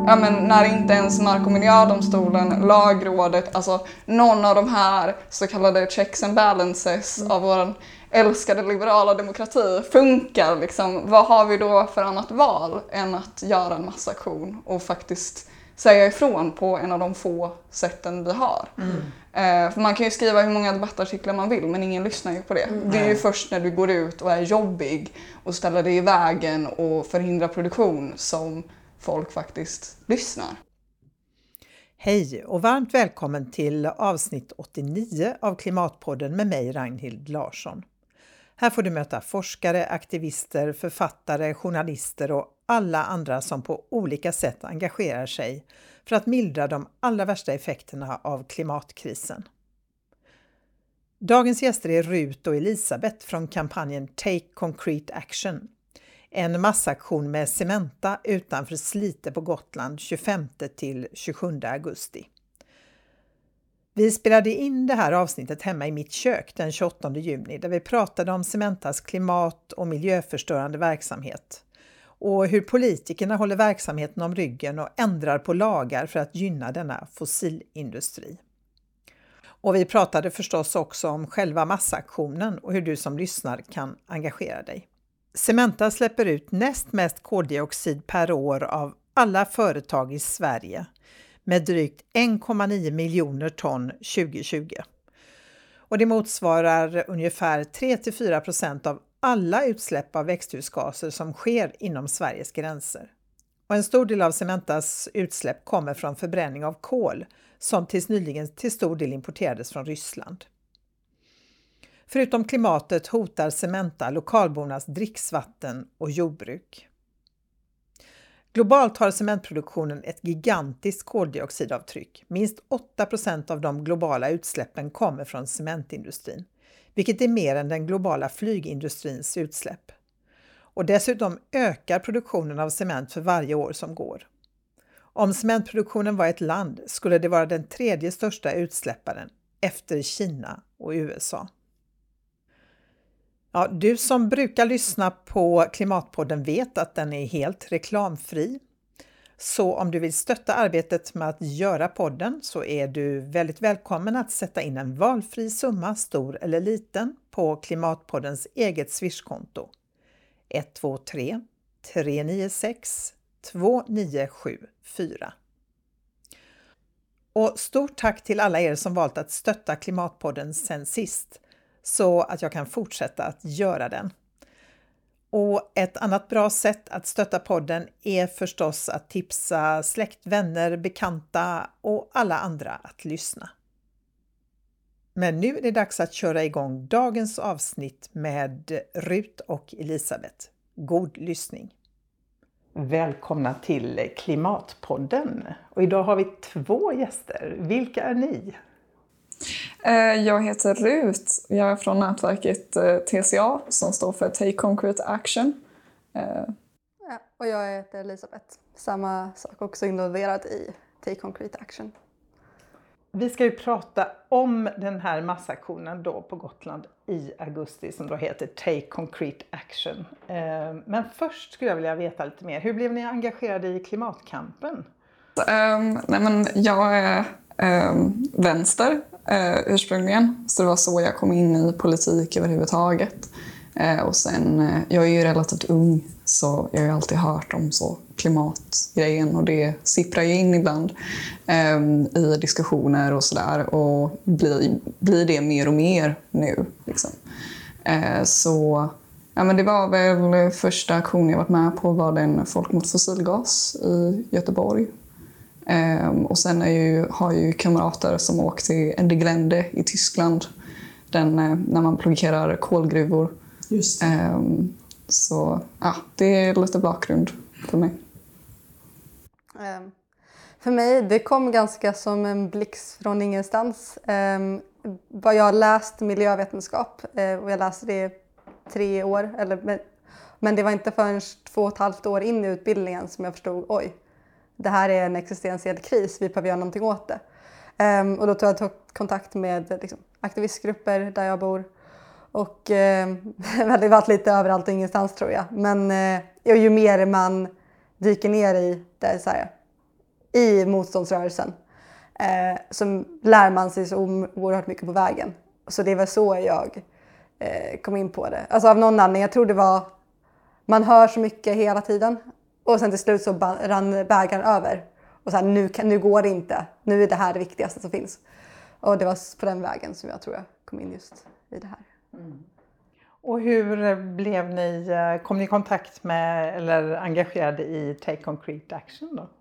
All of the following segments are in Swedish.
ja, men när inte ens Mark- och miljödomstolen, lagrådet, alltså någon av de här så kallade checks and balances av vår älskade liberala demokrati funkar liksom, vad har vi då för annat val än att göra en massaktion och faktiskt säga ifrån på en av de få sätten vi har. För man kan ju skriva hur många debattartiklar man vill men ingen lyssnar ju på det. Det är ju först när du går ut och är jobbig och ställer dig i vägen och förhindrar produktion som folk faktiskt lyssnar. Hej och varmt välkommen till avsnitt 89 av Klimatpodden med mig Ragnhild Larsson. Här får du möta forskare, aktivister, författare, journalister och alla andra som på olika sätt engagerar sig för att mildra de allra värsta effekterna av klimatkrisen. Dagens gäster är Rut och Elisabeth från kampanjen Take Concrete Action. En massaktion med Cementa utanför Slite på Gotland 25 till 27 augusti. Vi spelade in det här avsnittet hemma i mitt kök den 28 juni där vi pratade om Cementas klimat- och miljöförstörande verksamhet och hur politikerna håller verksamheten om ryggen och ändrar på lagar för att gynna denna fossilindustri. Och vi pratade förstås också om själva massaktionen och hur du som lyssnar kan engagera dig. Cementa släpper ut näst mest koldioxid per år av alla företag i Sverige med drygt 1,9 miljoner ton 2020. Och det motsvarar ungefär 3-4% av alla utsläpp av växthusgaser som sker inom Sveriges gränser. Och en stor del av Cementas utsläpp kommer från förbränning av kol som tills nyligen till stor del importerades från Ryssland. Förutom klimatet hotar Cementa lokalbornas dricksvatten och jordbruk. Globalt har cementproduktionen ett gigantiskt koldioxidavtryck. Minst 8% av de globala utsläppen kommer från cementindustrin, vilket är mer än den globala flygindustrins utsläpp. Och dessutom ökar produktionen av cement för varje år som går. Om cementproduktionen var ett land skulle det vara den tredje största utsläpparen efter Kina och USA. Ja, du som brukar lyssna på Klimatpodden vet att den är helt reklamfri. Så om du vill stötta arbetet med att göra podden så är du väldigt välkommen att sätta in en valfri summa, stor eller liten, på Klimatpoddens eget Swish-konto. 123 396 2974. Och stort tack till alla er som valt att stötta Klimatpodden sen sist, så att jag kan fortsätta att göra den. Och ett annat bra sätt att stötta podden är förstås att tipsa släkt, vänner, bekanta och alla andra att lyssna. Men nu är det dags att köra igång dagens avsnitt med Rut och Elisabeth. God lyssning! Välkomna till Klimatpodden. Och idag har vi 2 gäster. Vilka är ni? Jag heter Rut. Jag är från nätverket TCA som står för Take Concrete Action. Ja, och jag heter Elisabeth. Samma sak, också involverad i Take Concrete Action. Vi ska ju prata om den här massaktionen då på Gotland i augusti som då heter Take Concrete Action. Men först skulle jag vilja veta lite mer. Hur blev ni engagerade i klimatkampen? Jag är vänster ursprungligen. Så det var så jag kom in i politik överhuvudtaget. Och sen, jag är ju relativt ung så jag har ju alltid hört om så klimatgrejen och det sipprar ju in ibland i diskussioner och sådär och blir det mer och mer nu liksom. Så ja, men det var väl första aktionen jag varit med på var den Folk mot fossilgas i Göteborg. Och sen har jag ju kamrater som åkt till Ende Gelände i Tyskland när man blockerar kolgruvor. Just så ja, det är lite bakgrund för mig. För mig, det kom ganska som en blixt från ingenstans. Vad jag har läst miljövetenskap och jag läste det 3 år. Men det var inte förrän 2,5 år in i utbildningen som jag förstod, oj, det här är en existentiell kris, vi behöver göra någonting åt det. Och då tog jag kontakt med aktivistgrupper där jag bor. Och det har varit lite överallt och ingenstans tror jag. Men ju mer man dyker ner i det så här, i motståndsrörelsen så lär man sig så oerhört mycket på vägen. Så det var så jag kom in på det. Alltså av någon anledning, jag tror det var, man hör så mycket hela tiden och sen till slut så rann bägaren över. Och så här, nu går det inte, nu är det här det viktigaste som finns. Och det var på den vägen som jag tror jag kom in just i det här. Och hur kom ni i kontakt med eller engagerade i Take Concrete Action då?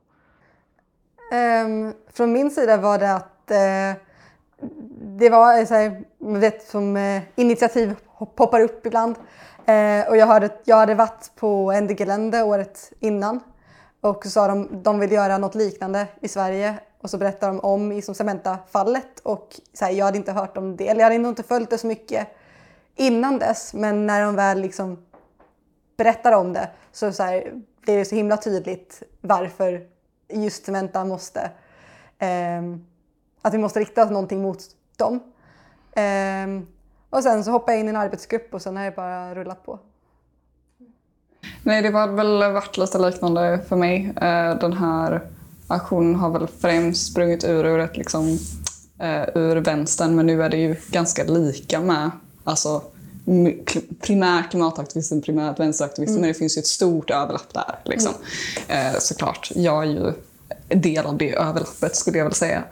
Från min sida var det att det var så här, vet, som initiativ poppar upp ibland. Och jag hade varit på ND-Gelände året innan. Och så sa de vill göra något liknande i Sverige. Och så berättade de om Cementa-fallet. Och så här, jag hade inte hört om det. Eller jag hade nog inte följt det så mycket innan dess. Men när de väl liksom berättar om det så här, det är så himla tydligt varför just Cementa måste... att vi måste rikta någonting mot dem. Och sen så hoppade jag in i en arbetsgrupp och sen har det bara rullat på. Nej, det har väl varit lite liknande för mig. Den här aktionen har väl främst sprungit ur ett liksom, ur vänstern, men nu är det ju ganska lika med alltså, primär klimataktivism, primärt vänsteraktivism, men det finns ju ett stort överlapp där. Liksom. Såklart, jag är ju del av det överlappet skulle jag väl säga.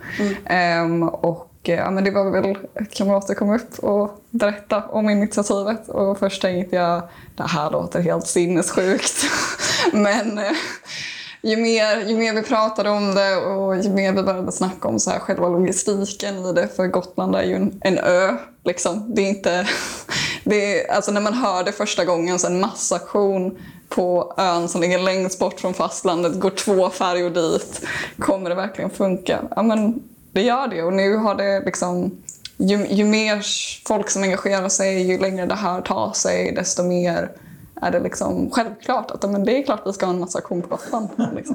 Men det var väl kamrater kom upp och berätta om initiativet och först tänkte jag det här låter helt sinnessjukt. Men ju mer vi pratade om det och ju mer vi började snacka om så här själva logistiken i det, för Gotland är ju en ö liksom. Det är inte alltså när man hör det första gången så en massaktion på ön som ligger längst bort från fastlandet, går 2 färjor dit, kommer det verkligen funka? Ja, men det gör det, och nu har det liksom ju mer folk som engagerar sig, ju längre det här tar sig, desto mer är det liksom självklart att men det är klart vi ska ha en massaktion på Gotland. Liksom.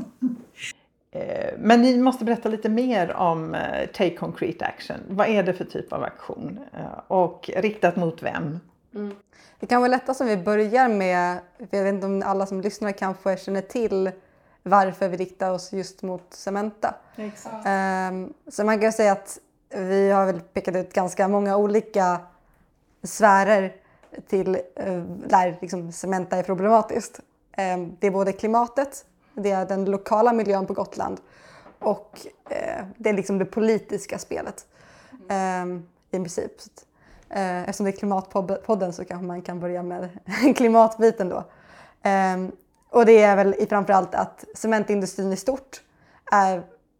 Men ni måste berätta lite mer om Take Concrete Action. Vad är det för typ av aktion och riktat mot vem? Det kan vara lättast om vi börjar med, jag vet inte om alla som lyssnar kanske känner till varför vi riktar oss just mot Cementa. Exakt. Så man kan säga att vi har väl pekat ut ganska många olika sfärer till där liksom Cementa är problematiskt. Det är både klimatet, det är den lokala miljön på Gotland och det är liksom det politiska spelet i princip. Eftersom det är klimatpodden så kanske man kan börja med klimatbiten då. Och det är väl framförallt att cementindustrin i stort är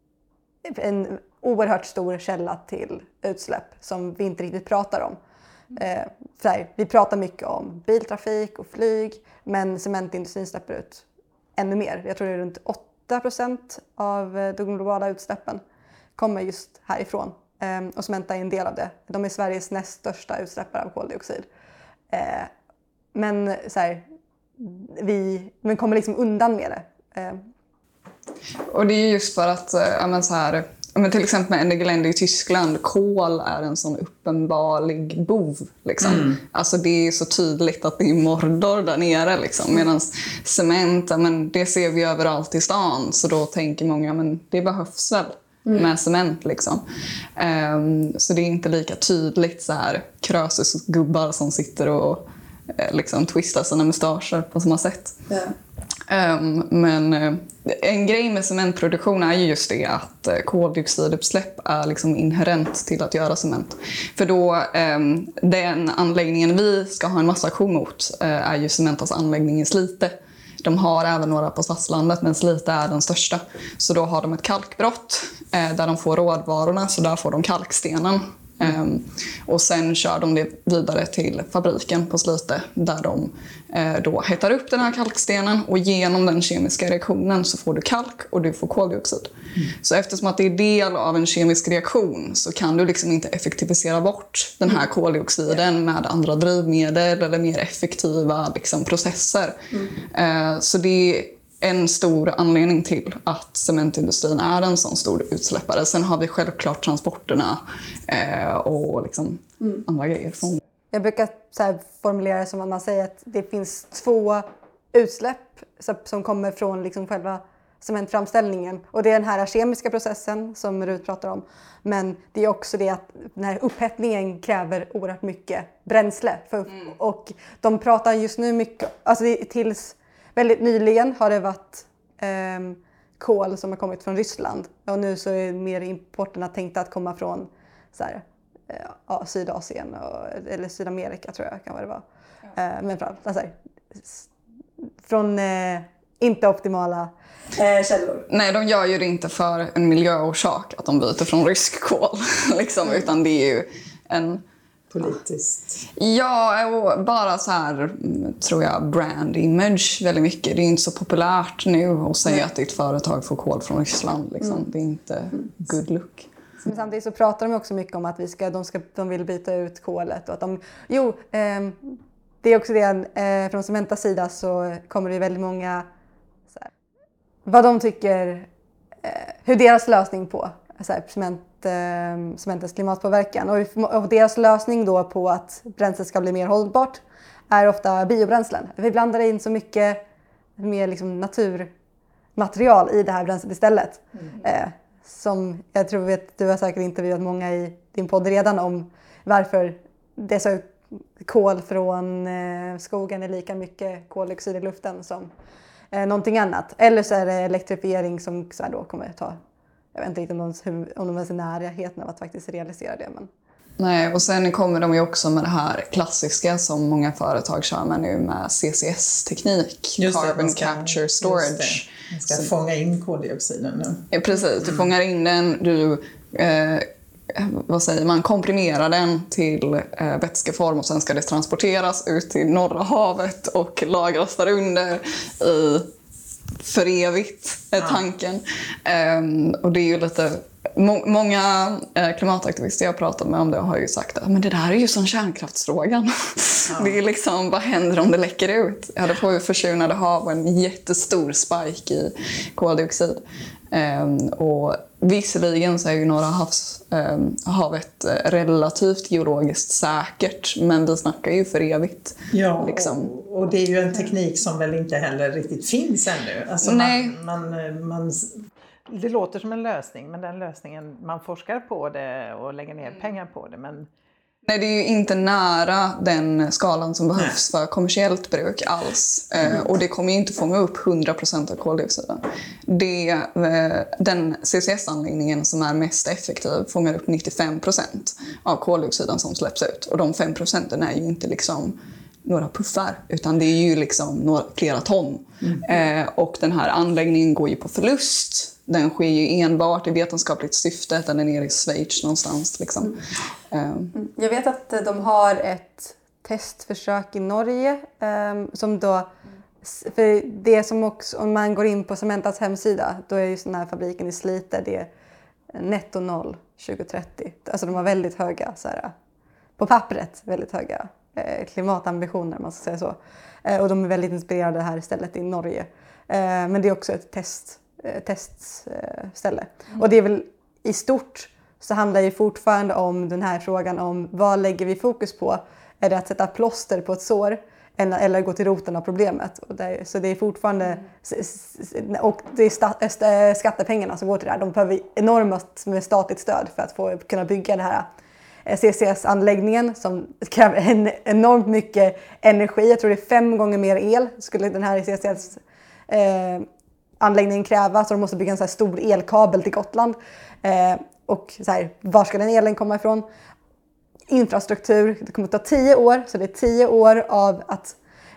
en oerhört stor källa till utsläpp som vi inte riktigt pratar om. Vi pratar mycket om biltrafik och flyg, men cementindustrin släpper ut ännu mer. Jag tror det är runt 8% av de globala utsläppen kommer just härifrån. Och Cementa är en del av det. De är Sveriges näst största utsläppare av koldioxid. Men vi kommer liksom undan med det. Och det är just för att till exempel med ND-Gelände i Tyskland, kol är en sån uppenbarlig bov. Liksom. Alltså det är så tydligt att det är Mordor där nere. Liksom. Medan cement, det ser vi överallt i stan. Så då tänker många, men det behövs väl med cement. Liksom. Så det är inte lika tydligt så här krösusgubbar som sitter och liksom twistar sina mustascher på samma sätt. Men en grej med cementproduktion är ju just det att koldioxidutsläpp är liksom inherent till att göra cement. För då den anläggningen vi ska ha en massaktion mot är ju Cementas anläggning i Slite. De har även några på fastlandet, men Slite är den största. Så då har de ett kalkbrott där de får råvarorna, så där får de kalkstenen. Och sen kör de det vidare till fabriken på Slite där de då hettar upp den här kalkstenen, och genom den kemiska reaktionen så får du kalk och du får koldioxid. Så eftersom att det är del av en kemisk reaktion så kan du liksom inte effektivisera bort den här koldioxiden med andra drivmedel eller mer effektiva liksom, processer. Så det är en stor anledning till att cementindustrin är en sån stor utsläppare. Sen har vi självklart transporterna och liksom andra grejer. Jag brukar formulera det som att man säger att det finns 2 utsläpp som kommer från liksom själva cementframställningen. Och det är den här kemiska processen som Rut pratar om. Men det är också det att den här upphettningen kräver oerhört mycket bränsle. Och de pratar just nu mycket, alltså tills väldigt nyligen har det varit kol som har kommit från Ryssland. Och nu så är mer importerna tänkta att komma från så här, Sydasien eller Sydamerika tror jag kan vara det var. Men alltså, från inte optimala källor. Nej, de gör ju det inte för en miljöorsak att de byter från rysk kol. Liksom, utan det är ju en... Politiskt. Ja, och bara så här tror jag brand image väldigt mycket. Det är inte så populärt nu att säga att ditt företag får kol från Ryssland. Liksom. Det är inte good look. Men samtidigt så pratar de också mycket om att de vill byta ut kolet. Och att det är också det, från Cementas sida så kommer det väldigt många så här, vad de tycker, hur deras lösning på så här, cementens klimatpåverkan. Och deras lösning då på att bränslet ska bli mer hållbart är ofta biobränslen. Vi blandar in så mycket mer liksom naturmaterial i det här bränslet istället. Som jag tror att du har säkert intervjuat många i din podd redan om varför det är så kol från skogen är lika mycket koldioxid i luften som någonting annat. Eller så är det elektrifiering som så här då kommer ta, jag vet inte riktigt om de är så närheten av att faktiskt realisera det. Men... Nej, och sen kommer de ju också med det här klassiska som många företag kör med nu med CCS-teknik, Carbon Capture Storage. Man ska fånga in koldioxiden nu. Ja, precis, du fångar in den, du komprimerar den till vätskeform och sen ska det transporteras ut till Norra havet och lagras där under för evigt är tanken. Och det är ju lite... Många klimataktivister jag pratat med om det har ju sagt att men det där är ju som kärnkraftsfrågan. Ja. Det är liksom, vad händer om det läcker ut? Ja, då får vi försurnade hav och en jättestor spike i koldioxid. Och visserligen så är ju Norra havet relativt geologiskt säkert, men vi snackar ju för evigt. Ja, liksom. och det är ju en teknik som väl inte heller riktigt finns ännu. Alltså nej. Det låter som en lösning, men den lösningen, man forskar på det och lägger ner pengar på det. Men... Nej, det är ju inte nära den skalan som behövs för kommersiellt bruk alls. Och det kommer ju inte fånga upp 100% av koldioxiden. Den CCS-anläggningen som är mest effektiv fångar upp 95% av koldioxiden som släpps ut. Och de 5% är ju inte liksom några puffar, utan det är ju liksom flera ton. Och den här anläggningen går ju på förlust. Den sker ju enbart i vetenskapligt syfte. Den är nere i Schweiz någonstans. Liksom. Jag vet att de har ett testförsök i Norge. Som då, för det som också, om man går in på Cementas hemsida, då är ju den här fabriken i Slite, det är netto noll 2030. Alltså de har väldigt höga, så här, på pappret, väldigt höga klimatambitioner, man ska säga så. Och de är väldigt inspirerade här istället i Norge. Men det är också ett testställe. Och det är väl i stort så handlar ju fortfarande om den här frågan om vad lägger vi fokus på? Är det att sätta plåster på ett sår eller gå till roten av problemet? Så det är fortfarande, och det är skattepengarna som går till det här. De behöver enormt med statligt stöd för att kunna bygga det här CCS-anläggningen som kräver enormt mycket energi. Jag tror det är 5 gånger mer el skulle den här CCS anläggningen kräva, så de måste bygga en så här stor elkabel till Gotland. Och så här, var ska den elen komma ifrån? Infrastruktur, det kommer att ta 10 år, så det är 10 år av att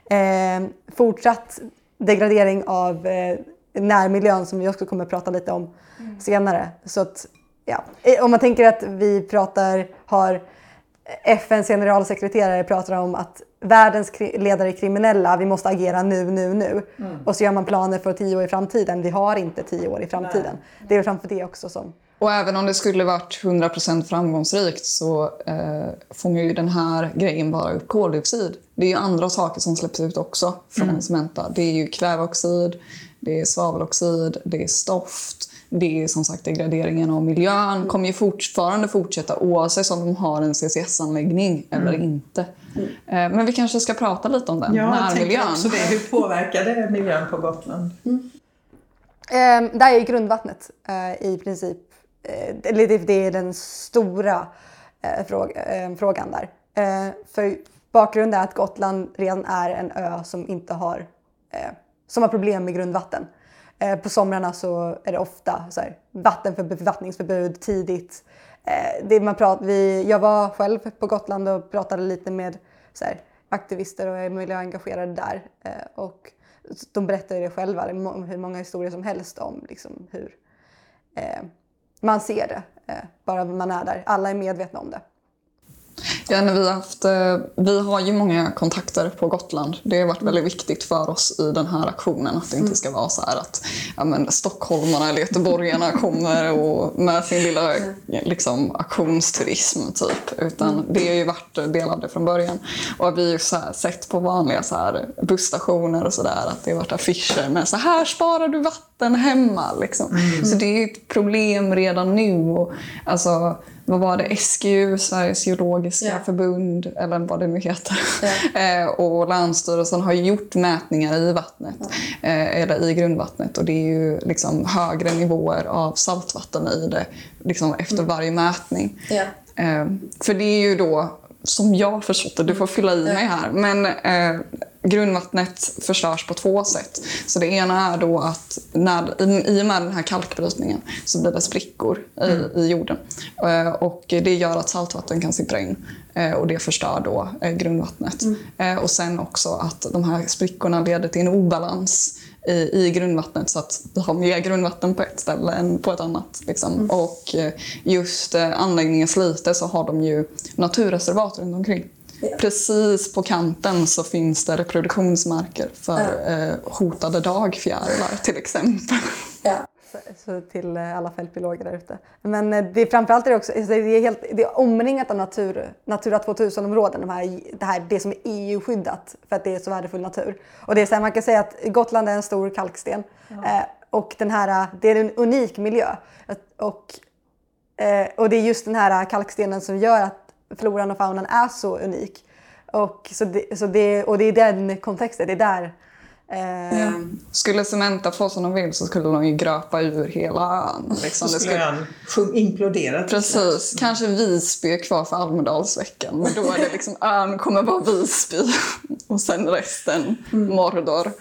fortsatt degradering av närmiljön som vi också kommer att prata lite om senare. Så att, ja, om man tänker att har FNs generalsekreterare pratar om att världens ledare är kriminella, vi måste agera nu. Och så gör man planer för 10 år i framtiden. Vi har inte 10 år i framtiden. Nej. Det är framför det också som... Och även om det skulle varit 100% framgångsrikt så fångar ju den här grejen bara upp koldioxid. Det är ju andra saker som släpps ut också från Cementa. Det är ju kväveoxid, det är svaveloxid, det är stoft. Det är som sagt degraderingen av miljön kommer ju fortfarande fortsätta oavsett om de har en CCS-anläggning eller inte. Men vi kanske ska prata lite om den. Ja, jag tänker också det. Hur påverkar det miljön på Gotland? Där är grundvattnet i princip, det är den stora frågan där. För bakgrunden är att Gotland redan är en ö som inte har, som har problem med grundvatten. På somrarna så är det ofta så här, bevattningsförbud tidigt. Jag var själv på Gotland och pratade lite med så här, aktivister och är miljöengagerade där. Och de berättade det själva, hur många historier som helst om liksom, hur man ser det, bara man är där. Alla är medvetna om det. Ja, vi har ju många kontakter på Gotland. Det har varit väldigt viktigt för oss i den här aktionen att det inte ska vara så här att stockholmarna eller göteborgarna kommer och med sin lilla liksom, aktionsturism typ. Utan det har ju varit del av det från början. Och vi har ju så här, sett på vanliga så här, busstationer och sådär att det har varit affischer med så här sparar du vatten hemma. Liksom. Så det är ett problem redan nu. Och, alltså, vad var det? SGU, Sveriges geologiska förbund, eller vad det nu heter. Och Länsstyrelsen har gjort mätningar i vattnet, eller i grundvattnet. Och det är ju liksom högre nivåer av saltvatten i det liksom efter varje mätning. För det är ju då, som jag förstått det, du får fylla i mig här, men grundvattnet förstörs på 2 sätt. Så det ena är då att i och med den här kalkbrytningen så blir det sprickor i jorden. Och det gör att saltvatten kan sippra in. Och det förstör då grundvattnet. Och sen också att de här sprickorna leder till en obalans i grundvattnet så att vi har mer grundvatten på ett ställe än på ett annat. Liksom. Och just anläggningen Slite så har de ju naturreservat runt omkring. Precis på kanten så finns det reproduktionsmarker för hotade dagfjärilar till exempel. Så till alla fältbiologer där ute. Men det är framförallt är det också, det är omringat av Natura 2000-områden. Det som är EU-skyddat för att det är så värdefull natur. Och det är så här, man kan säga att Gotland är en stor kalksten. Och det är en unik miljö. Och det är just den här kalkstenen som gör att floran och faunan är så unik. Och det är den kontexten, det är där. Skulle Cementa få som de vill så skulle de ju gröpa ur hela ön. Liksom. Så skulle ön implodera. Precis, kanske Visby är kvar för Almedalsveckan. Men då är det liksom ön kommer vara Visby och sen resten Mordor.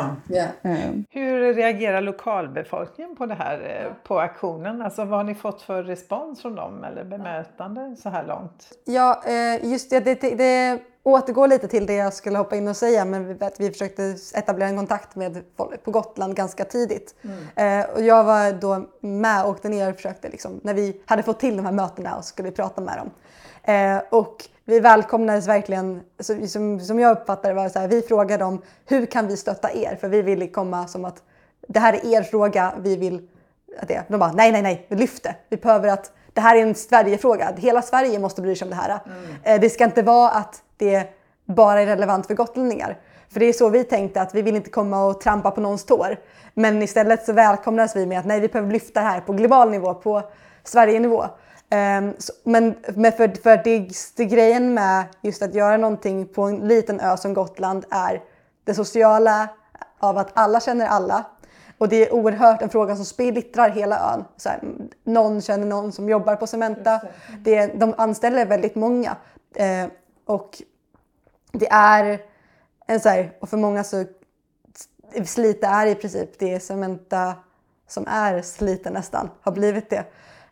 Hur reagerar lokalbefolkningen på det här, på aktionen? Alltså vad har ni fått för respons från dem eller bemötande så här långt? Ja, just det återgår lite till det jag skulle hoppa in och säga, men att vi försökte etablera en kontakt med folk på Gotland ganska tidigt. Och jag var då med och åkte ner och försökte liksom, när vi hade fått till de här mötena och skulle prata med dem. Och vi välkomnades verkligen, som jag uppfattade det var så här, vi frågade dem hur kan vi stötta er? För vi ville komma som att det här är er fråga, vi vill att det. De bara nej, vi lyfter. Vi behöver att det här är en Sverigefråga. Hela Sverige måste bry sig om det här. Det ska inte vara att det bara är relevant för gotlänningar. För det är så vi tänkte, att vi vill inte komma och trampa på någons tår. Men istället så välkomnas vi med att nej, vi behöver lyfta det här på global nivå, på Sverige-nivå. Men för det grejen med just att göra någonting på en liten ö som Gotland är det sociala av att alla känner alla. Och det är oerhört en fråga som splittrar hela ön. Så här, någon känner någon som jobbar på Cementa. De anställer väldigt många. Och det är en så här, och för många så Slite är i princip det Cementa som är Slite nästan, har blivit det.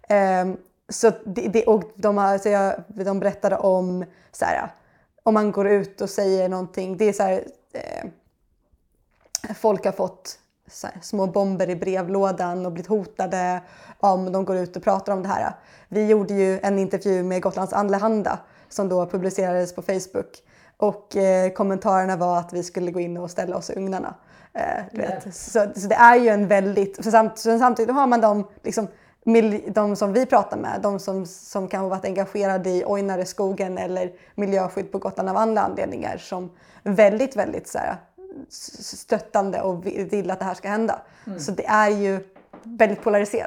Så de berättade om så här, om man går ut och säger någonting, det är så här, folk har fått så här, små bomber i brevlådan och blivit hotade om de går ut och pratar om det här. Vi gjorde ju en intervju med Gotlands Allehanda som då publicerades på Facebook. Och kommentarerna var att vi skulle gå in och ställa oss i ugnarna. Så det är ju en väldigt... Samtidigt har man de som vi pratar med, de som kan ha varit engagerade i Ojnareskogen eller miljöskydd på Gotland av andra anledningar, som väldigt, väldigt så här, stöttande och vill att det här ska hända. Så det är ju väldigt polariserat.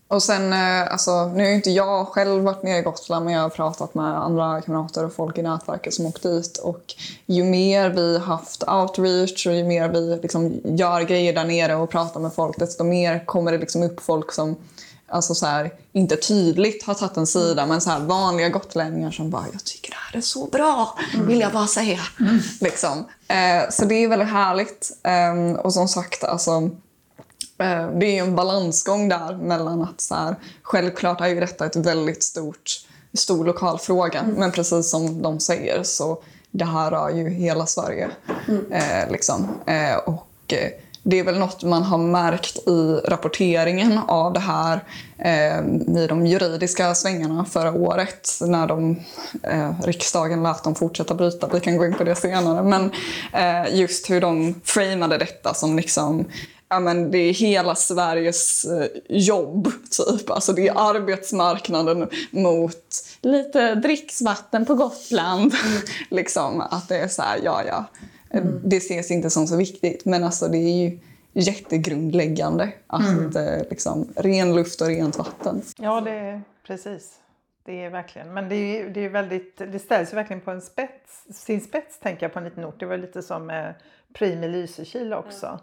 Och sen, alltså, nu har ju inte jag själv varit nere i Gotland, men jag har pratat med andra kamrater och folk i nätverket som åkt dit. Och ju mer vi haft outreach och ju mer vi liksom gör grejer där nere och pratar med folk, desto mer kommer det liksom upp folk som alltså så här, inte tydligt har tagit en sida, men så här vanliga gotlänningar som bara, jag tycker det här är så bra, vill jag bara säga. Liksom. Så det är väldigt härligt. Och som sagt, alltså, det är ju en balansgång där mellan att så här, självklart är ju detta ett väldigt stor lokal fråga, men precis som de säger så det här rör ju hela Sverige. Liksom. Och det är väl något man har märkt i rapporteringen av det här i de juridiska svängarna förra året när riksdagen lät dem fortsätta bryta. Vi kan gå in på det senare. Men just hur de framade detta som liksom, ja, men det är hela Sveriges jobb typ. Alltså det är arbetsmarknaden mot lite dricksvatten på Gotland. Liksom att det är så här, ja. Det ses inte som så viktigt, men alltså det är ju jättegrundläggande att liksom, ren luft och rent vatten. Ja, det är precis. Det är verkligen, men det är väldigt, det ställs ju verkligen på sin spets tänker jag på en liten ort. Det var lite som Prim i Lysekil också.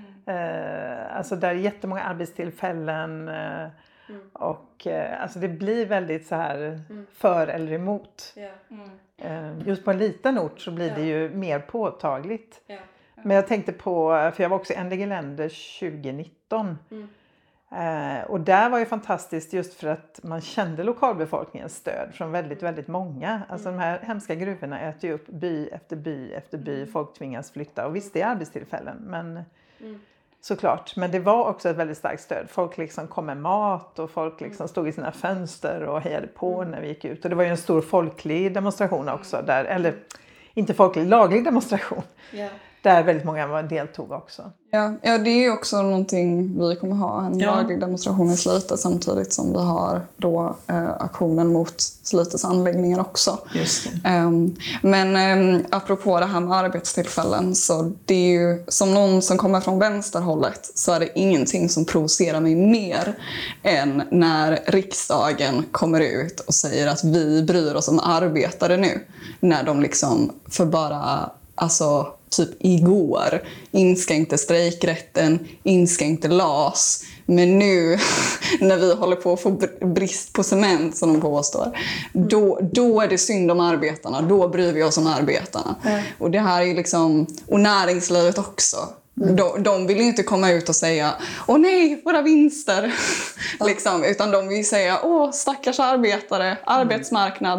Alltså där är jättemånga arbetstillfällen och alltså det blir väldigt så här för eller emot. Just på en liten ort så blir det ju mer påtagligt. Men jag tänkte på, för jag var också i Enlige Länder 2019. Och där var ju fantastiskt just för att man kände lokalbefolkningens stöd från väldigt, väldigt många. Alltså de här hemska gruvorna äter ju upp by efter by efter by. Folk tvingas flytta. Och visst, det är arbetstillfällen, men såklart. Men det var också ett väldigt starkt stöd. Folk liksom kom med mat och folk liksom stod i sina fönster och hejade på när vi gick ut. Och det var ju en stor folklig demonstration också. Där, eller inte folklig, laglig demonstration. Där väldigt många deltog också. Ja, det är ju också någonting vi kommer ha. En laglig demonstration i Slite samtidigt som vi har då aktionen mot Slites anläggningar också. Just det. Men apropå det här med arbetstillfällen så det är ju som någon som kommer från vänsterhållet så är det ingenting som provocerar mig mer än när riksdagen kommer ut och säger att vi bryr oss om arbetare nu. När de liksom för bara, alltså typ igår inskränkte strejkrätten, inskränkte LAS. Men nu när vi håller på att få brist på cement som de påstår, då är det synd om arbetarna. Då bryr vi oss om arbetarna. Och det här är liksom, och näringslivet också. De vill ju inte komma ut och säga åh nej, våra vinster. Liksom, utan de vill säga åh stackars arbetare, arbetsmarknad.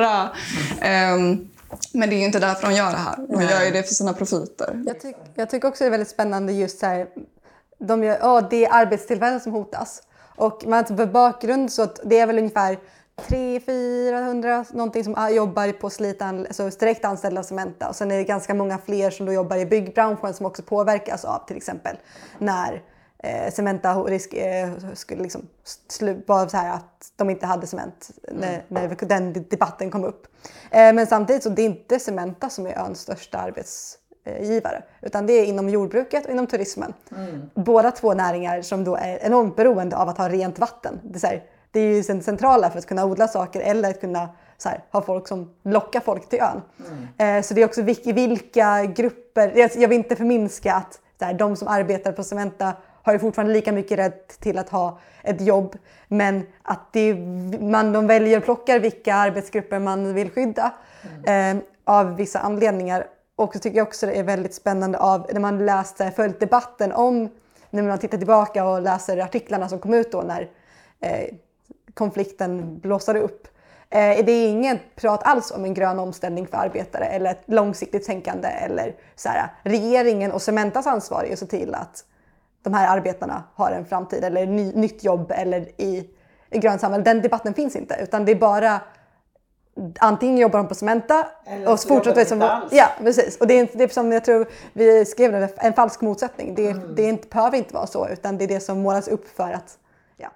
Men det är ju inte därför de gör det här. De gör ju det för sina profiter. Jag tycker också det är väldigt spännande just så här. Det är arbetstillfällen som hotas. Och man har bakgrund så att det är väl ungefär 300-400 någonting som jobbar på Slite, alltså direkt anställda av Cementa. Och sen är det ganska många fler som då jobbar i byggbranschen som också påverkas av till exempel när Cementa skulle liksom vara så här att de inte hade cement när den debatten kom upp. Men samtidigt så det är inte Cementa som är öns största arbetsgivare utan det är inom jordbruket och inom turismen. Båda två näringar som då är enormt beroende av att ha rent vatten. Det är ju centrala för att kunna odla saker eller att kunna så här, ha folk som lockar folk till ön. Så det är också vilka grupper, jag vill inte förminska att så här, de som arbetar på Cementa har ju fortfarande lika mycket rätt till att ha ett jobb. Men att de väljer och plockar vilka arbetsgrupper man vill skydda av vissa anledningar. Och så tycker jag också det är väldigt spännande när man följt debatten om, när man tittar tillbaka och läser artiklarna som kom ut då när konflikten blossade upp. Det är ingen prat alls om en grön omställning för arbetare eller ett långsiktigt tänkande eller så här, regeringen och Cementas ansvar är att se till att de här arbetarna har en framtid eller nytt jobb eller i grönt samhälle. Den debatten finns inte utan det är bara antingen jobbar de på Cementa eller och fortsätter som ja precis och det är som jag tror vi skrev en falsk motsättning. Det behöver inte vara så utan det är det som målas upp för att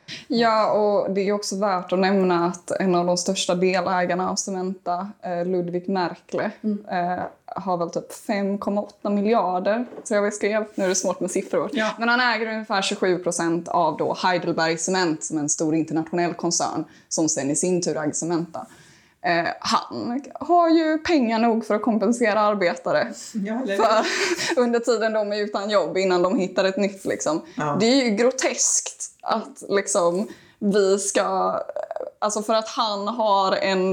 Ja, och det är också värt att nämna att en av de största delägarna av Cementa, Ludwig Merkle, har väl typ 5,8 miljarder, tror jag skrev. Nu är det svårt med siffror. Ja. Men han äger ungefär 27% av då Heidelberg Cement, som är en stor internationell koncern som sen i sin tur äger Cementa. Han har ju pengar nog för att kompensera arbetare för under tiden de är utan jobb innan de hittar ett nytt. Liksom. Ja. Det är ju groteskt att liksom, vi ska... Alltså för att han har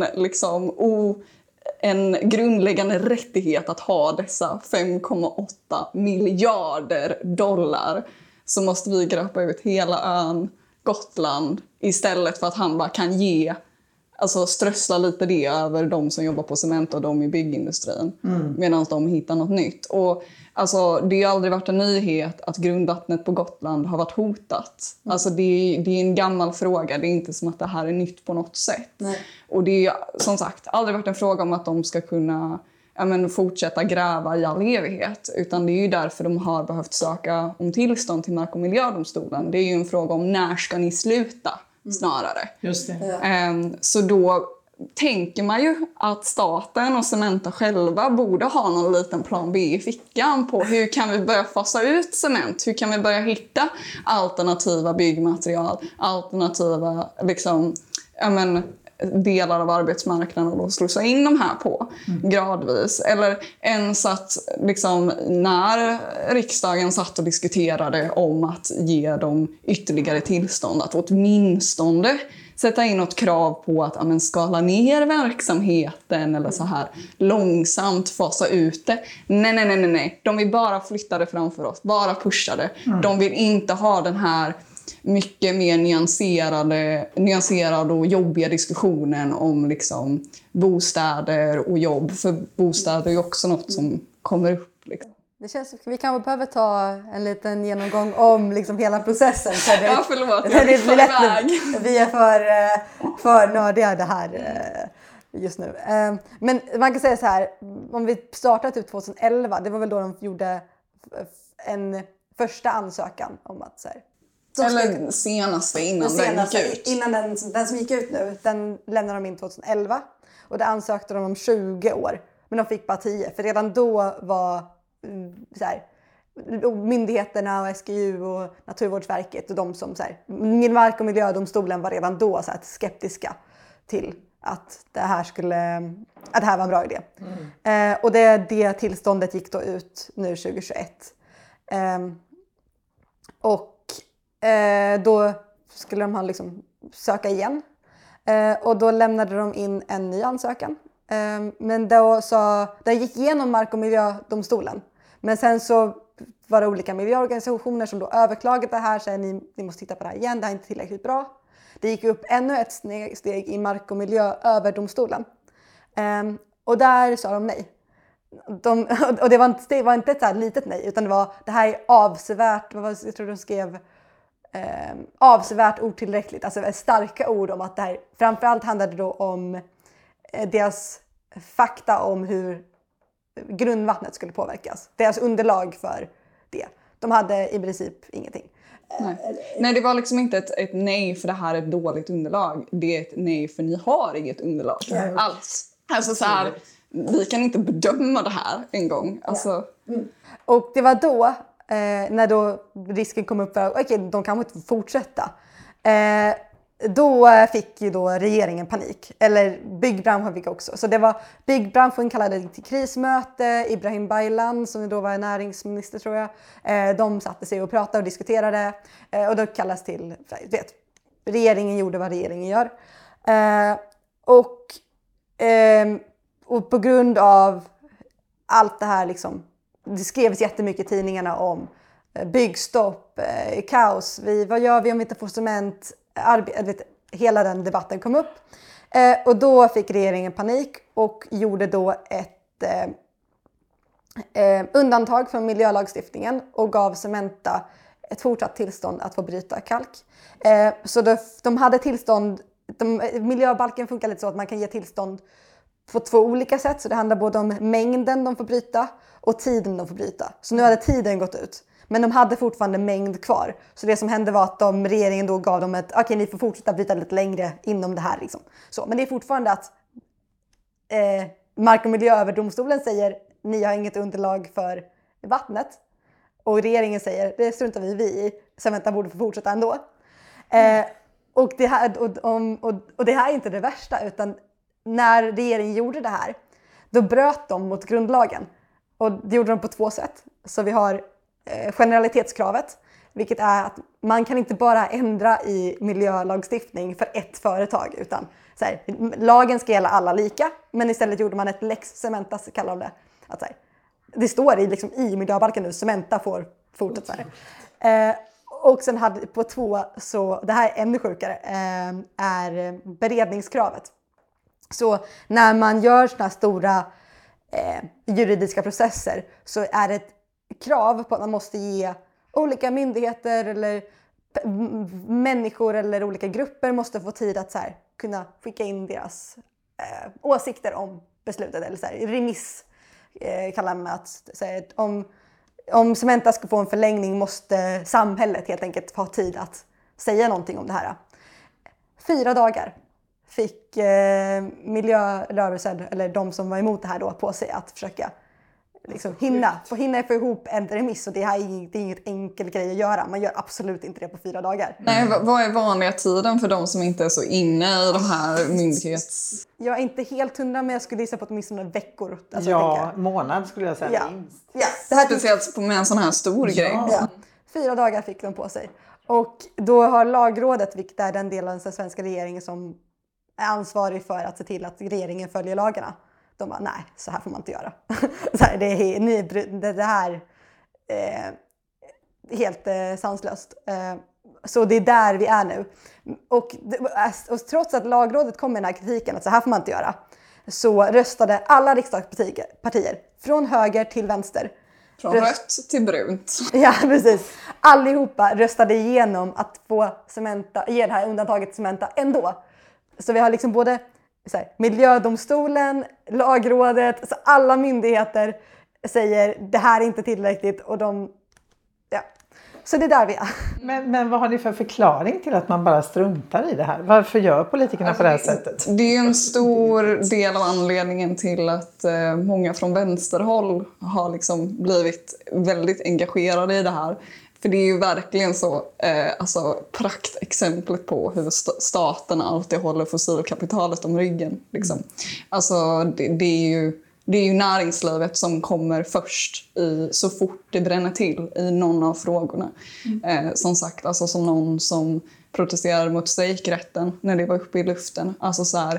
en grundläggande rättighet att ha dessa 5,8 miljarder dollar, så måste vi gröpa ut hela ön Gotland istället för att han bara kan ge... Alltså strössla lite det över de som jobbar på cement och de i byggindustrin. Medan de hittar något nytt. Och alltså, det har aldrig varit en nyhet att grundvattnet på Gotland har varit hotat. Alltså, det är en gammal fråga. Det är inte som att det här är nytt på något sätt. Nej. Och det är som sagt aldrig varit en fråga om att de ska kunna fortsätta gräva i all evighet. Utan det är ju därför de har behövt söka om tillstånd till Mark- och miljödomstolen. Det är ju en fråga om när ska ni sluta? Snarare. Just det. Så då tänker man ju att staten och Cementa själva borde ha någon liten plan B i fickan på hur kan vi börja fasa ut cement? Hur kan vi börja hitta alternativa byggmaterial, alternativa delar av arbetsmarknaden och slussa in de här på gradvis. Eller ens att när riksdagen satt och diskuterade om att ge dem ytterligare tillstånd, att åtminstone sätta in något krav på att skala ner verksamheten eller så här långsamt fasa ut det. Nej. De vill bara flytta det framför oss, bara pusha det. De vill inte ha den här mycket mer nyanserade och jobbiga diskussionen om bostäder och jobb. För bostäder är ju också något som kommer upp. Det känns som att vi kanske behöver ta en liten genomgång om hela processen. Ja, förlåt. Jag blir lätt. Vi är för nördiga det här just nu. Men man kan säga så här, om vi startade typ 2011, det var väl då de gjorde en första ansökan om att så här, eller senaste innan den gick ut. Innan den som gick ut nu, den lämnade de in 2011. Och det ansökte de om 20 år. Men de fick bara 10. För redan då var så här, myndigheterna och SGU och Naturvårdsverket och de som så här, Mark- och miljödomstolen var redan då så här, skeptiska till att det här var en bra idé. Och det tillståndet gick då ut nu 2021. Då skulle de söka igen. Och då lämnade de in en ny ansökan. Men det gick igenom Mark- och miljödomstolen. Men sen så var det olika miljöorganisationer som då överklagade det här. Så ni måste titta på det här igen, det här är inte tillräckligt bra. Det gick upp ännu ett steg i Mark- och miljööverdomstolen. Och där sa de nej. Och det var inte ett så här litet nej, utan det här är avsevärt, jag tror de skrev avsevärt otillräckligt, alltså starka ord om att det här, framförallt handlade det då om deras fakta om hur grundvattnet skulle påverkas, deras underlag för det. De hade i princip ingenting. Nej, det var inte ett nej för det här är ett dåligt underlag, det är ett nej för ni har inget underlag alls. Alltså så här, vi kan inte bedöma det här en gång. Alltså. Och det var då, när då risken kom upp för att de kan inte fortsätta. Då fick ju då regeringen panik. Eller byggbranschen fick också. Så det var byggbranschen kallade till krismöte. Ibrahim Baylan, som då var näringsminister tror jag. De satte sig och pratade och diskuterade. Och då kallas till, regeringen gjorde vad regeringen gör. Och på grund av allt det här det skrevs jättemycket i tidningarna om byggstopp, kaos. Vad gör vi om vi inte får cement? Hela den debatten kom upp. Och då fick regeringen panik och gjorde då ett undantag från miljölagstiftningen och gav Cementa ett fortsatt tillstånd att få bryta kalk. Så de hade tillstånd. Miljöbalken funkar lite så att man kan ge tillstånd på 2 olika sätt. Så det handlar både om mängden de får bryta och tiden de får bryta. Så nu hade tiden gått ut. Men de hade fortfarande mängd kvar. Så det som hände var att regeringen då gav dem ett, okej, ni får fortsätta bryta lite längre inom det här. Liksom. Så, men det är fortfarande att Mark- och miljööverdomstolen säger, ni har inget underlag för vattnet. Och regeringen säger, det struntar vi i, Cementa borde få fortsätta ändå. Och det här är inte det värsta, utan när regeringen gjorde det här, då bröt de mot grundlagen. Och det gjorde de på 2 sätt. Så vi har generalitetskravet, vilket är att man kan inte bara ändra i miljölagstiftning för ett företag, utan så här, lagen ska gälla alla lika, men istället gjorde man ett lex Cementa, kallar de det. Att, så här, det står i miljöbalken nu, Cementa får fortsätta. Och sen hade på 2, så det här är ännu sjukare, är beredningskravet. Så när man gör såna här stora juridiska processer så är det ett krav på att man måste ge olika myndigheter eller människor eller olika grupper måste få tid att så här, kunna skicka in deras åsikter om beslutet. Eller så här, remiss kallar man att säga, om Cementa ska få en förlängning måste samhället helt enkelt ha tid att säga någonting om det här. 4 dagar fick miljörörelsen, eller de som var emot det här då, på sig att försöka liksom hinna få ihop en remiss. Och det är inget enkel grej att göra. Man gör absolut inte det på 4 dagar. Nej, vad är vanliga tiden för de som inte är så inne i de här myndighets... Jag är inte helt 100, men jag skulle gissa på åtminstone veckor. Alltså, ja, månad skulle jag säga minst. Ja, det här speciellt med en sån här stor grej. Ja, 4 dagar fick de på sig. Och då har lagrådet, vilket är den delen av den svenska regeringen som är ansvarig för att se till att regeringen följer lagarna. De bara, nej, så här får man inte göra. Så här, det här är helt sanslöst. Så det är där vi är nu. Och trots att lagrådet kom med den här kritiken att så här får man inte göra, så röstade alla riksdagspartier från höger till vänster. Från rött till brunt. Ja, precis. Allihopa röstade igenom att få ge det här undantaget till Cementa ändå. Så vi har liksom både så här, miljödomstolen, lagrådet, så alla myndigheter säger det här är inte tillräckligt och så det är där vi är. Men vad har ni för förklaring till att man bara struntar i det här? Varför gör politikerna på det här sättet? Det är ju en stor del av anledningen till att många från vänsterhåll har liksom blivit väldigt engagerade i det här. För det är ju verkligen så praktexemplet på hur staten alltid håller fossilkapitalet om ryggen. Liksom. Alltså det är ju näringslivet som kommer först så fort det bränner till i någon av frågorna. Som sagt, alltså som någon som protesterade mot strejkrätten när det var uppe i luften. Alltså så här,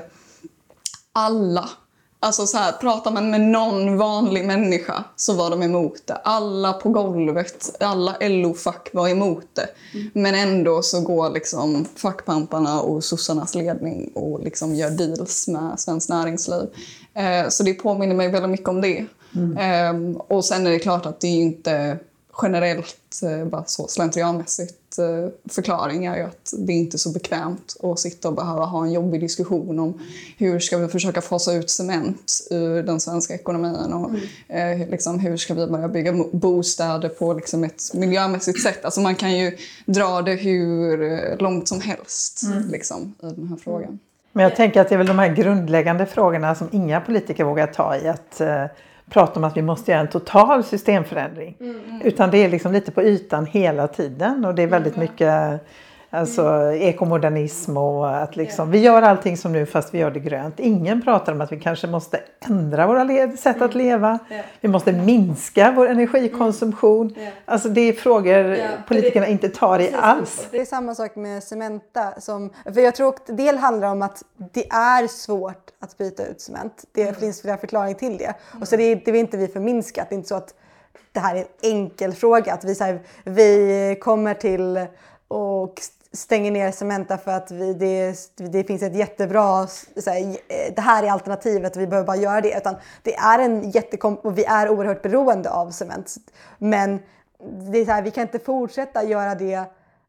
alla. Alltså så här, pratar man med någon vanlig människa så var de emot det. Alla på golvet, alla LO-fack var emot det. Men ändå så går liksom fackpamparna och sossarnas ledning och liksom gör deals med Svenskt Näringsliv. Så det påminner mig väldigt mycket om det. Och sen är det klart att det är inte generellt bara så slentrianmässigt förklaring är ju att det är inte så bekvämt att sitta och behöva ha en jobbig diskussion om hur ska vi försöka fasa ut cement ur den svenska ekonomin och liksom, hur ska vi börja bygga bostäder på liksom ett miljömässigt sätt. Alltså man kan ju dra det hur långt som helst liksom, i den här frågan. Men jag tänker att det är väl de här grundläggande frågorna som inga politiker vågar ta i, att prata om att vi måste göra en total systemförändring. Utan det är liksom lite på ytan hela tiden, och det är väldigt mycket ekomodernism och att liksom, vi gör allting som nu fast vi gör det grönt. Ingen pratar om att vi kanske måste ändra våra sätt att leva. Vi måste minska vår energikonsumtion. Alltså det är frågor politikerna inte tar i alls. Det är samma sak med Cementa. För jag tror att det handlar om att det är svårt att byta ut cement. Det finns flera förklaringar till det. Och så det är inte vi förminskat. Det är inte så att det här är en enkel fråga. Att vi kommer till och stänger ner Cementa för att det finns ett jättebra, det här är alternativet och vi behöver bara göra det. Utan det är och vi är oerhört beroende av cement. Men det är så här, vi kan inte fortsätta göra det.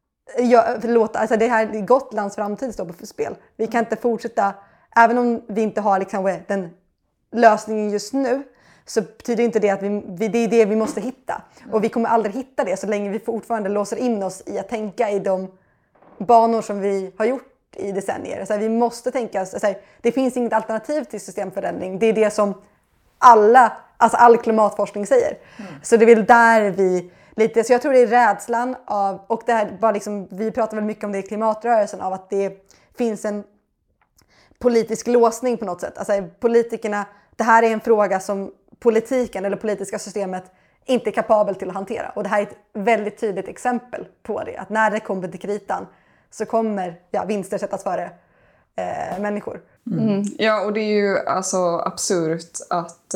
Det här Gotlands framtid står på spel. Vi kan inte fortsätta, även om vi inte har liksom den lösningen just nu, så betyder inte det att det är det vi måste hitta. Och vi kommer aldrig hitta det så länge vi fortfarande låser in oss i att tänka i de banor som vi har gjort i decennier. Så här, vi måste tänka, så här, det finns inget alternativ till systemförändring. Det är det som all klimatforskning säger. Så det är väl där vi lite, så jag tror det är rädslan av, och det här bara liksom, vi pratar väl mycket om det i klimatrörelsen, av att det finns en politisk låsning på något sätt. Alltså politikerna, det här är en fråga som politiken eller politiska systemet inte är kapabel till att hantera. Och det här är ett väldigt tydligt exempel på det. Att när det kommer till kritan så kommer vinster sättas före människor. Ja, och det är ju alltså absurt att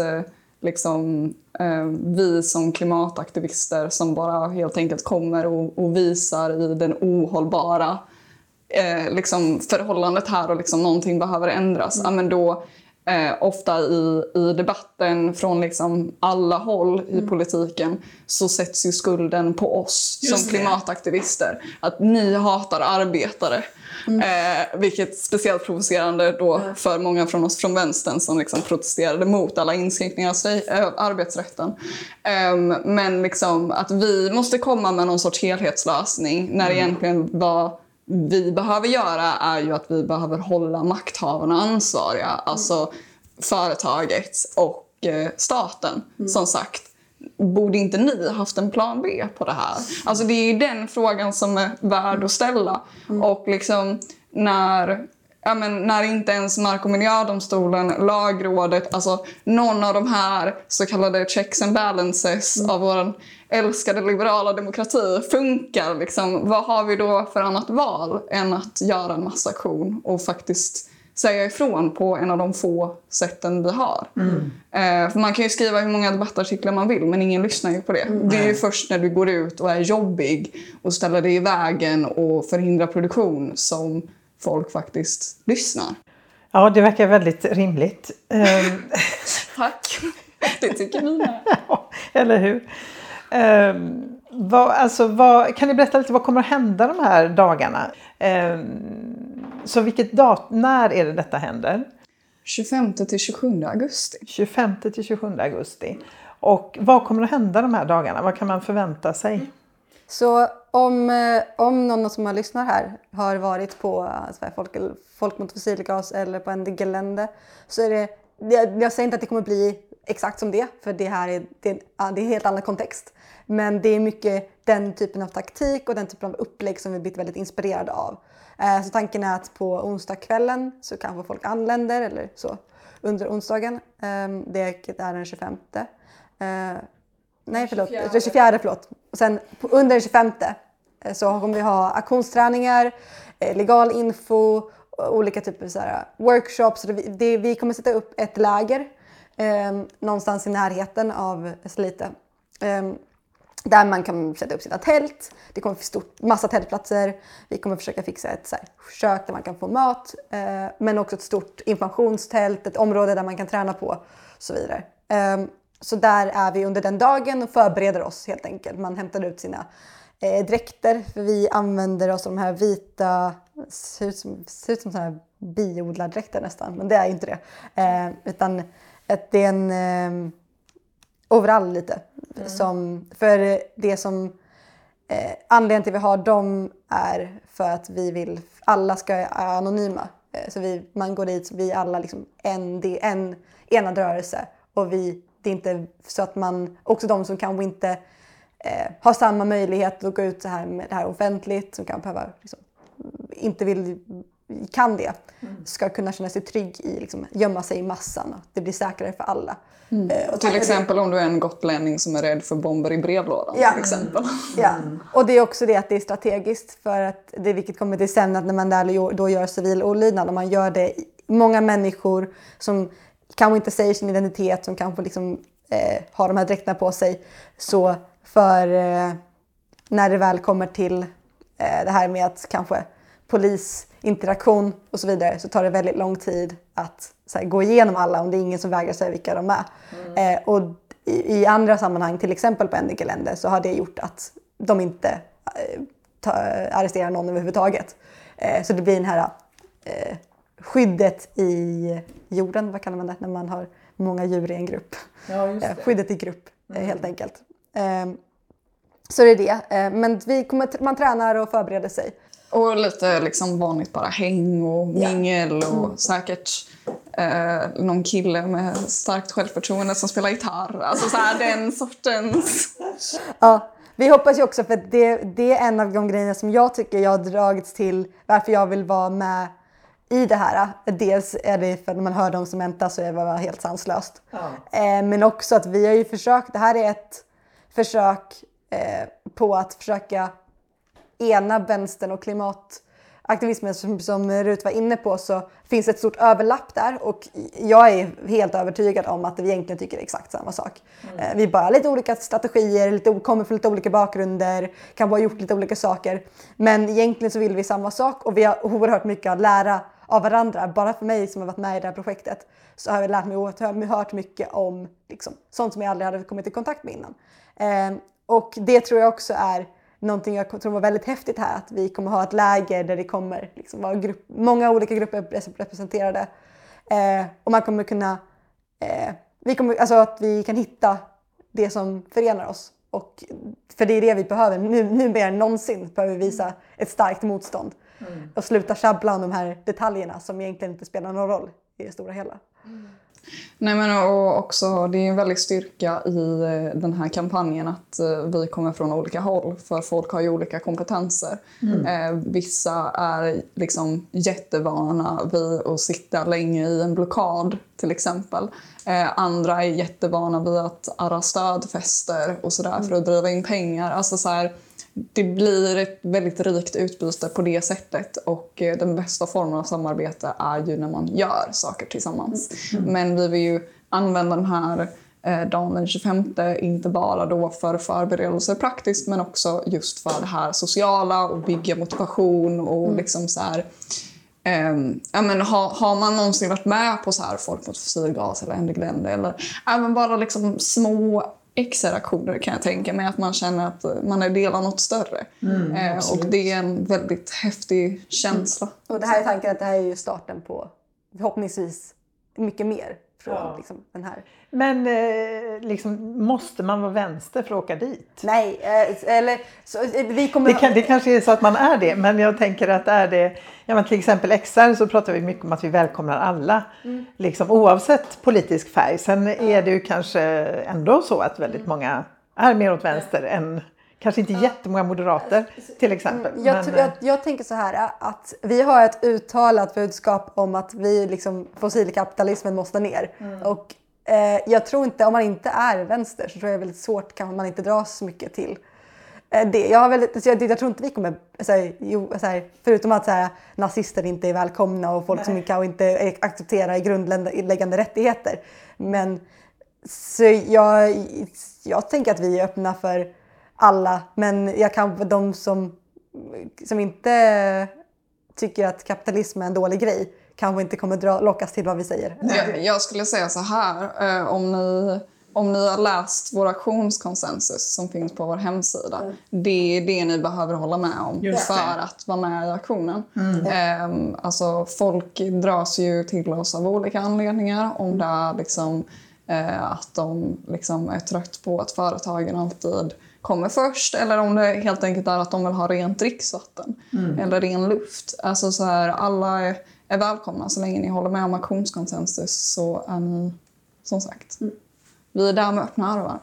vi som klimataktivister som bara helt enkelt kommer och visar i den ohållbara förhållandet här och liksom någonting behöver ändras. Ja, men då ofta i debatten från alla håll i politiken så sätts ju skulden på oss som klimataktivister. Att ni hatar arbetare. Vilket speciellt provocerande då för många från oss från vänstern som protesterade mot alla inskränkningar av arbetsrätten. Men att vi måste komma med någon sorts helhetslösning när egentligen vad vi behöver göra är ju att vi behöver hålla makthavarna ansvariga. Alltså företaget och staten. Som sagt, borde inte ni haft en plan B på det här? Alltså det är ju den frågan som är värd att ställa. Och när inte ens Mark- och miljödomstolen, lagrådet, alltså någon av de här så kallade checks and balances av vår älskade liberala demokrati funkar, vad har vi då för annat val än att göra en massaktion och faktiskt säga ifrån på en av de få sätten vi har. För man kan ju skriva hur många debattartiklar man vill, men ingen lyssnar ju på det. Det är ju först när du går ut och är jobbig och ställer dig i vägen och förhindrar produktion som folk faktiskt lyssnar. Ja, det verkar väldigt rimligt. Tack, det tycker ni med. Ja, eller hur? Kan ni berätta lite vad kommer att hända de här dagarna? Så när är det detta händer? 25 till 27 augusti. 25 till 27 augusti. Och vad kommer att hända de här dagarna? Vad kan man förvänta sig? Så om någon som har lyssnat här har varit på Folk mot fossilgas eller på en gelände, så är det, jag säger inte att det kommer bli exakt som det, för det här är en helt annan kontext. Men det är mycket den typen av taktik och den typen av upplägg som vi blivit väldigt inspirerade av. Så tanken är att på onsdagskvällen så kanske folk anländer eller så under onsdagen. Det är den 25. Nej, förlåt. Det är 24, förlåt. Och sen under den 25 så kommer vi ha aktionsträningar, legal info, olika typer av så här workshops. Vi kommer sätta upp ett läger någonstans i närheten av Slite. Där man kan sätta upp sina tält. Det kommer att massa tältplatser. Vi kommer försöka fixa ett så här kök där man kan få mat. Men också ett stort informationstält, ett område där man kan träna på och så vidare. Så där är vi under den dagen och förbereder oss helt enkelt. Man hämtar ut sina dräkter. För vi använder oss av de här vita, ser ut som så här biodlardräkter nästan. Men det är inte det. Utan det är en overall lite. För det som anledningen till att vi har dem är för att vi vill, alla ska vara anonyma. Så man går dit, vi alla liksom en enad rörelse. Och det är inte så att man, också de som kanske inte har samma möjlighet att gå ut så här med det här offentligt, som kan behöva inte kan det, ska kunna känna sig trygg i gömma sig i massan. Det blir säkrare för alla. Och till exempel om du är en gotlänning som är rädd för bomber i brevlådan. Till exempel. Ja, och det är också det att det är strategiskt, för att det, vilket kommer till sen, att när man då gör civil olydnad, och man gör det, många människor som kanske inte säger sin identitet, som kanske har de här dräkterna på sig, så när det väl kommer till det här med att kanske polisinteraktion och så vidare, så tar det väldigt lång tid att gå igenom alla, om det är ingen som vägrar säga vilka de är. Och i andra sammanhang, till exempel på en gelände, så har det gjort att de inte arresterar någon överhuvudtaget. Så det blir den här skyddet i jorden, vad kallar man det när man har många djur i en grupp? Ja, just det. Skyddet i grupp helt enkelt. Så det är det. Men man tränar och förbereder sig. Och lite liksom vanligt bara häng och mingel och säkert någon kille med starkt självförtroende som spelar gitarr. Alltså så här, den sortens. Ja, vi hoppas ju också, för att det är en av de grejerna som jag tycker jag har dragits till varför jag vill vara med i det här. Dels är det för när man hör dem som Cementa så är det bara helt sanslöst. Ja. Men också att vi har ju försökt, det här är ett försök på att försöka ena vänstern och klimataktivismen som Rut var inne på, så finns ett stort överlapp där, och jag är helt övertygad om att vi egentligen tycker exakt samma sak. Vi bara har lite olika strategier, kommer från lite olika bakgrunder, kan ha gjort lite olika saker, men egentligen så vill vi samma sak, och vi har oerhört mycket att lära av varandra. Bara för mig som har varit med i det här projektet så har jag lärt mig och hört mycket om liksom, sånt som jag aldrig hade kommit i kontakt med innan. Och det tror jag också är någonting jag tror var väldigt häftigt här, att vi kommer ha ett läger där det kommer liksom vara många olika grupper representerade. Och man kommer kunna, att vi kan hitta det som förenar oss. Och för det är det vi behöver, nu mer än någonsin behöver vi visa ett starkt motstånd. Och sluta tjabbla om de här detaljerna som egentligen inte spelar någon roll i det stora hela. Nej, men och också, det är en väldig styrka i den här kampanjen att vi kommer från olika håll, för folk har ju olika kompetenser. Vissa är liksom jättevana vid att sitta länge i en blockad till exempel. Andra är jättevana vid att arra stödfester och sådär för att driva in pengar. Alltså så här, det blir ett väldigt rikt utbyte på det sättet, och den bästa formen av samarbete är ju när man gör saker tillsammans. Men vi vill ju använda den här dagen den 25 inte bara då för förberedelser praktiskt, men också just för det här sociala och bygga motivation och liksom så här. Har man någonsin varit med på så här Folk mot fossilgas eller Ende Glende, eller även bara liksom små extra-aktioner, kan jag tänka mig, att man känner att man är del av något större. Och det är en väldigt häftig känsla. Och det här är tanken att det här är ju starten på förhoppningsvis mycket mer från liksom, den här. Men liksom, måste man vara vänster för att åka dit? Nej, eller så, vi kommer... Det kanske är så att man är det, men jag tänker att är det... Ja, men till exempel XR så pratar vi mycket om att vi välkomnar alla, liksom, oavsett politisk färg. Sen är det ju kanske ändå så att väldigt många är mer åt vänster än... Kanske inte jättemånga moderater till exempel. Jag tänker så här att vi har ett uttalat budskap om att vi liksom, fossilkapitalismen måste ner. Och jag tror inte, om man inte är vänster så tror jag det är väldigt svårt, kan man inte dras så mycket till det. Jag tror inte vi kommer, förutom att så här, nazister inte är välkomna och folk som kanske inte accepterar grundläggande rättigheter. Men så jag tänker att vi är öppna för alla, men de som inte tycker att kapitalism är en dålig grej kanske inte kommer lockas till vad vi säger. Jag skulle säga så här, om ni har läst vår aktionskonsensus som finns på vår hemsida, det är det ni behöver hålla med om för att vara med i aktionen. Alltså folk dras ju till oss av olika anledningar, om det är liksom, att de liksom är trött på att företagen alltid kommer först, eller om det helt enkelt är att de vill ha rent dricksvatten eller ren luft. Alltså så här, alla är välkomna så länge ni håller med om aktionskonsensus, så är ni som sagt. Vi är där med öppna armar.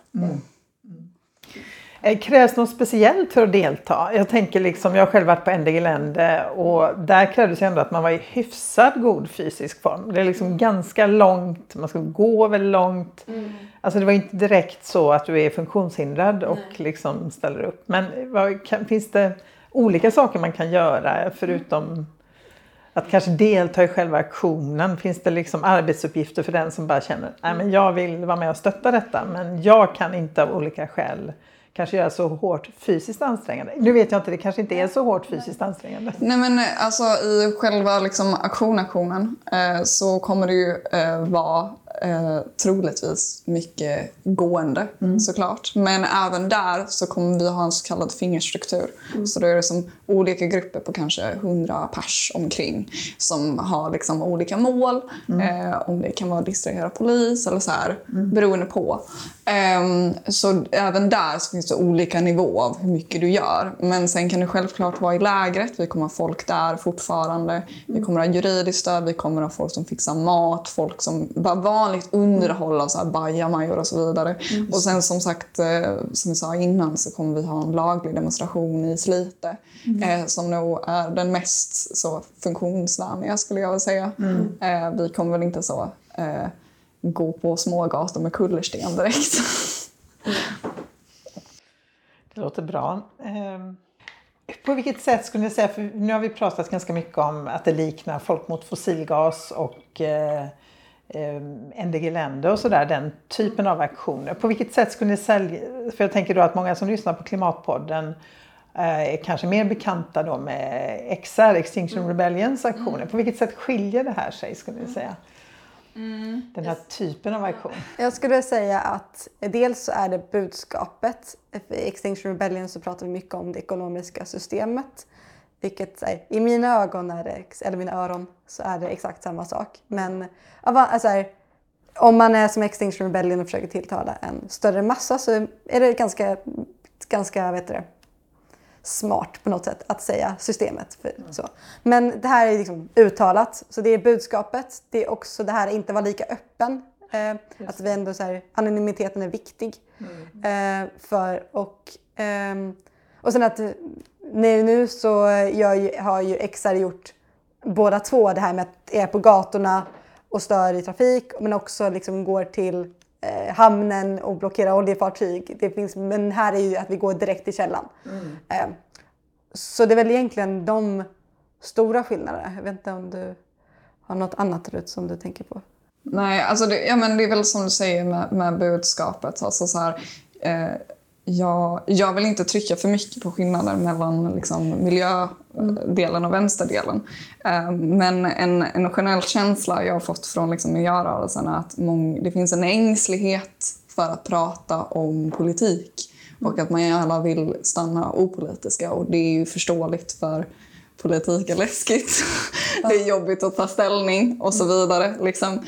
Krävs något speciellt för att delta? Jag tänker liksom, jag har själv varit på Ende Glende och där krävdes ändå att man var i hyfsad god fysisk form. Det är liksom ganska långt, man ska gå väldigt långt. Alltså det var inte direkt så att du är funktionshindrad och liksom ställer upp. Men finns det olika saker man kan göra förutom att kanske delta i själva aktionen? Finns det liksom arbetsuppgifter för den som bara känner nej, men jag vill vara med och stötta detta, men jag kan inte av olika skäl kanske göra så hårt fysiskt ansträngande. Nu vet jag inte, det kanske inte är så hårt fysiskt ansträngande. Nej, men alltså i själva liksom aktionen så kommer det ju vara troligtvis mycket gående såklart. Men även där så kommer vi ha en så kallad fingerstruktur. Så då är det som olika grupper på kanske 100 pers omkring som har liksom olika mål. Om det kan vara att distrahera polis eller så här, beroende på. Så även där så finns det olika nivå av hur mycket du gör. Men sen kan du självklart vara i lägret. Vi kommer ha folk där fortfarande. Vi kommer ha juridiskt stöd. Vi kommer ha folk som fixar mat. Folk som bara vanligt underhåll av så här bajamajor och så vidare. Och sen som sagt, som vi sa innan, så kommer vi ha en laglig demonstration i Slite. Som nog är den mest så funktionsvänliga skulle jag vilja säga. Vi kommer väl inte så gå på smågator med kullersten direkt. Det låter bra. På vilket sätt skulle ni säga, för nu har vi pratat ganska mycket om att det liknar Folk mot fossilgas och ND-Gelände och sådär, den typen av aktioner. På vilket sätt skulle ni sälja, för jag tänker då att många som lyssnar på Klimatpodden är kanske mer bekanta då med XR, Extinction Rebellions aktioner. På vilket sätt skiljer det här sig skulle ni säga? Den här typen av aktion. Jag skulle säga att dels så är det budskapet. I Extinction Rebellion så pratar vi mycket om det ekonomiska systemet. Vilket i mina ögon är det, eller mina öron, så är det exakt samma sak. Men alltså, om man är som Extinction Rebellion och försöker tilltala en större massa så är det ganska smart på något sätt att säga systemet. Så. Men det här är liksom uttalat, så det är budskapet. Det är också det här att inte vara lika öppen. Att vi ändå så här, anonymiteten är viktig. Och sen att nu så har ju XR gjort båda två det här med att är på gatorna och stör i trafik, men också liksom går till hamnen och blockerar oljefartyg. Men här är ju att vi går direkt till källan. Så det är väl egentligen de stora skillnaderna. Jag vet inte om du har något annat Rut som du tänker på. Nej, alltså det är väl som du säger med budskapet. Alltså så här, jag vill inte trycka för mycket på skillnader mellan liksom miljödelen och vänsterdelen. Men en generell känsla jag har fått från liksom miljörörelsen är att det finns en ängslighet för att prata om politik. Och att man gärna vill stanna opolitiska. Och det är ju förståeligt, för politik är läskigt. Det är jobbigt att ta ställning och så vidare. Liksom.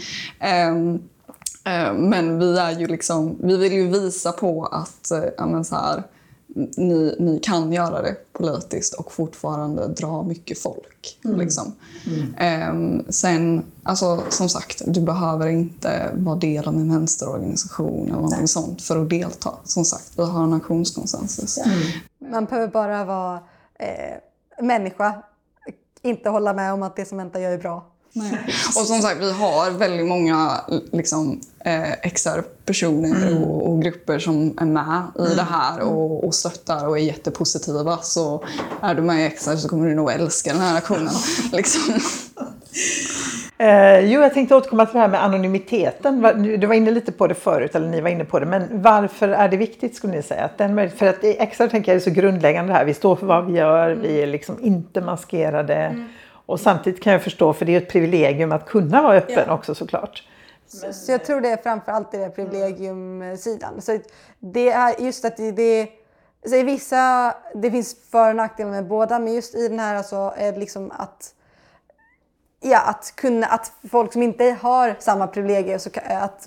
Men vi vill ju visa på att så här, ni kan göra det politiskt och fortfarande dra mycket folk. Liksom. Sen, alltså, som sagt, du behöver inte vara del av en vänsterorganisation eller någonting sånt för att delta. Som sagt, vi har en aktionskonsensus. Man behöver bara vara människa, inte hålla med om att det som Cementa gör är bra. Nej. Och som sagt, vi har väldigt många liksom, XR-personer och grupper som är med i det här och stöttar och är jättepositiva. Så är du med i XR så kommer du nog älska den här aktionen. Liksom. Jag tänkte återkomma till det här med anonymiteten. Du var inne lite på det förut, eller ni var inne på det. Men varför är det viktigt skulle ni säga? För att i XR tänker jag är så grundläggande här. Vi står för vad vi gör, vi är liksom inte maskerade. Och samtidigt kan jag förstå, för det är ett privilegium att kunna vara öppen också såklart. Så jag tror det är framförallt det privilegiumsidan. Så det är just att så i vissa, det finns för- och nackdelar med båda, men just i den här alltså är det liksom att folk som inte har samma privilegier så att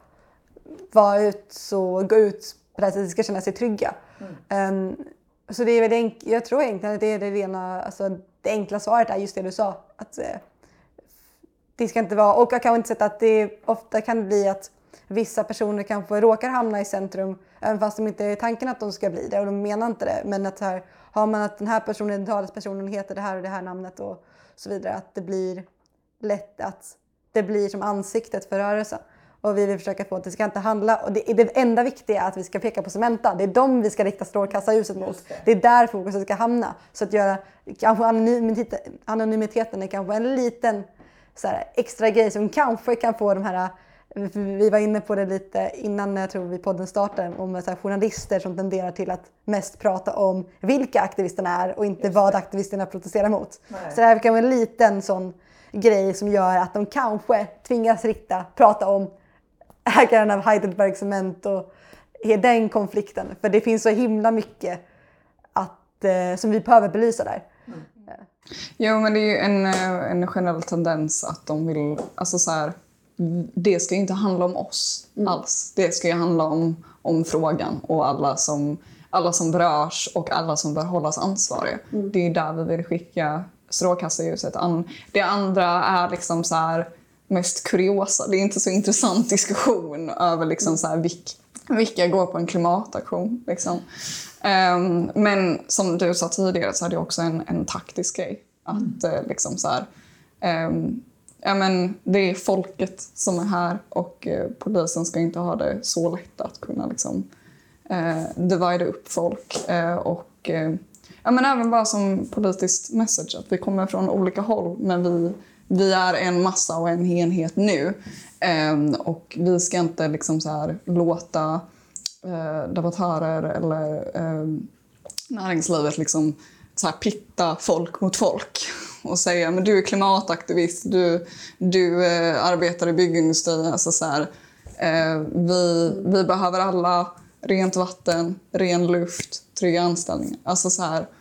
gå ut på det här sättet ska känna sig trygga. Så det är väl jag tror egentligen att det är det rena, alltså det enkla svaret är just det du sa, att det ska inte vara, och jag kan inte säga att det ofta kan bli att vissa personer kanske råkar hamna i centrum även fast de inte är tanken att de ska bli det, och de menar inte det, men att här har man att den här personen, talespersonen heter det här och det här namnet och så vidare, att det blir lätt att det blir som ansiktet för rörelsen. Och vi vill försöka få att det ska inte handla, och det enda viktiga är att vi ska peka på Cementa. Det är dem vi ska rikta strålkastarljuset mot. Det är där fokuset ska hamna. Så att göra, kanske anonymiteten är kanske en liten så här, extra grej som kanske kan få de här, vi var inne på det lite innan jag tror vi podden startade, om så här, journalister som tenderar till att mest prata om vilka aktivisterna är och inte vad aktivisterna protesterar mot. Nej. Så det här kan vara en liten sån grej som gör att de kanske tvingas prata om ägaren av Heidelberg Cement och den konflikten. För det finns så himla mycket som vi behöver belysa där. Jo, men det är ju en generell tendens att de vill, alltså så här, det ska ju inte handla om oss alls. Det ska ju handla om frågan och alla som berörs och alla som bör hållas ansvariga. Det är ju där vi vill skicka strålkastarljuset. Det andra är liksom så här mest kuriosa. Det är inte så intressant diskussion över liksom så här vilka går på en klimataktion. Liksom. Men som du sa tidigare så är det också en taktisk grej. Att liksom så här, men det är folket som är här och polisen ska inte ha det så lätt att kunna liksom, divida upp folk. Men även bara som politiskt message att vi kommer från olika håll men vi är en massa och en enhet nu. Och vi ska inte liksom så här låta debattörer eller näringslivet liksom så här pitta folk mot folk och säga men du är klimataktivist, du arbetar i byggindustrin. Alltså så här, vi behöver alla rent vatten, ren luft, trygga anställningar. Alltså så här,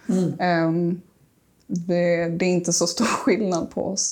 det är inte så stor skillnad på oss.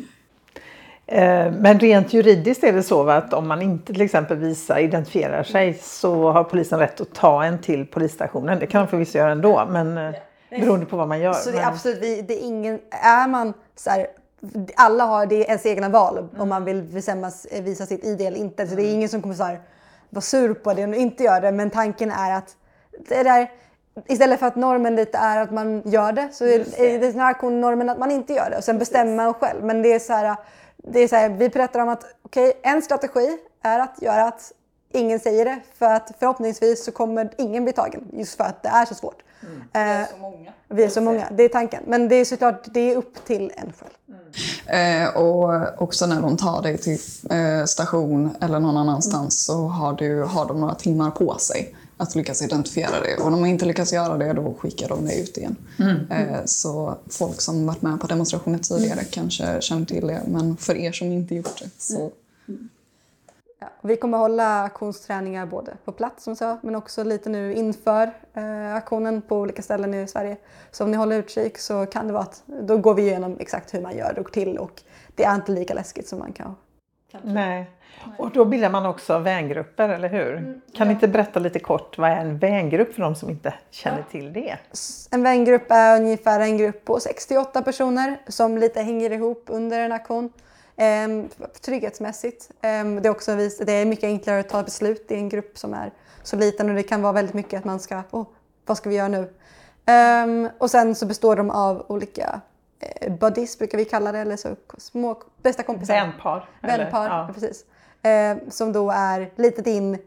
Men rent juridiskt är det så att om man inte till exempel identifierar sig så har polisen rätt att ta en till polisstationen. Det kan de förvisso göra ändå, men beroende på vad man gör. Så det är absolut, det är ingen, är man så här, alla har det ens egna val om man vill visa sitt ID eller inte. Så det är ingen som kommer så här vara sur på det och inte gör det. Men tanken är att det där, istället för att normen lite är att man gör det så är det den här normen att man inte gör det. Och sen bestämmer man själv. Men det är så här, vi berättar om att en strategi är att göra att ingen säger det. För att förhoppningsvis så kommer ingen bli tagen. Just för att det är så svårt. Vi är så många. Vi är så många, det är tanken. Men det är såklart, det är upp till en själv. Och också när de tar dig till station eller någon annanstans så har de några timmar på sig att lyckas identifiera det. Och om de inte lyckas göra det, då skickar de det ut igen. Så folk som varit med på demonstrationer tidigare kanske känner till det. Men för er som inte gjort det så... Ja, vi kommer hålla aktionsträningar både på plats som så, men också lite nu inför aktionen på olika ställen i Sverige. Så om ni håller utkik så kan det vara att då går vi igenom exakt hur man gör det och till och det är inte lika läskigt som man kan. Nej. Och då bildar man också vängrupper, eller hur? Kan ni inte berätta lite kort vad är en vängrupp för de som inte känner till det? En vängrupp är ungefär en grupp på 68 personer som lite hänger ihop under en aktion. Trygghetsmässigt. Det är också det är mycket enklare att ta beslut i en grupp som är så liten och det kan vara väldigt mycket att man ska, vad ska vi göra nu? Och sen så består de av olika buddies brukar vi kalla det, eller så små bästa kompisar. Vänpar, ja. Precis. Som då är lite din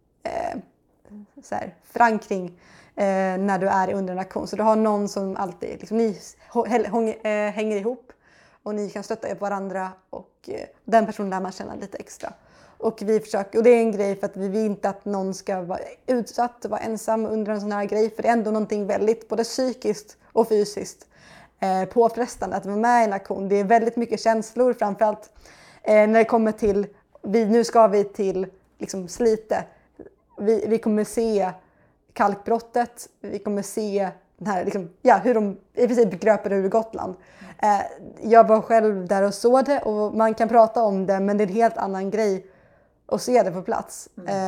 så här, förankring när du är under en aktion. Så du har någon som alltid liksom, ni hänger ihop och ni kan stötta på varandra och den personen där man känner lite extra. Och vi försöker, och det är en grej för att vi vill inte att någon ska vara utsatt och vara ensam under en sån här grej. För det är ändå någonting väldigt både psykiskt och fysiskt påfrestande att vara med i en aktion. Det är väldigt mycket känslor, framförallt när det kommer till, nu ska vi till liksom Slite. Vi kommer se kalkbrottet, vi kommer se den här, liksom, hur de i princip gröper ur Gotland. Jag var själv där och såg det och man kan prata om det, men det är en helt annan grej att se det på plats.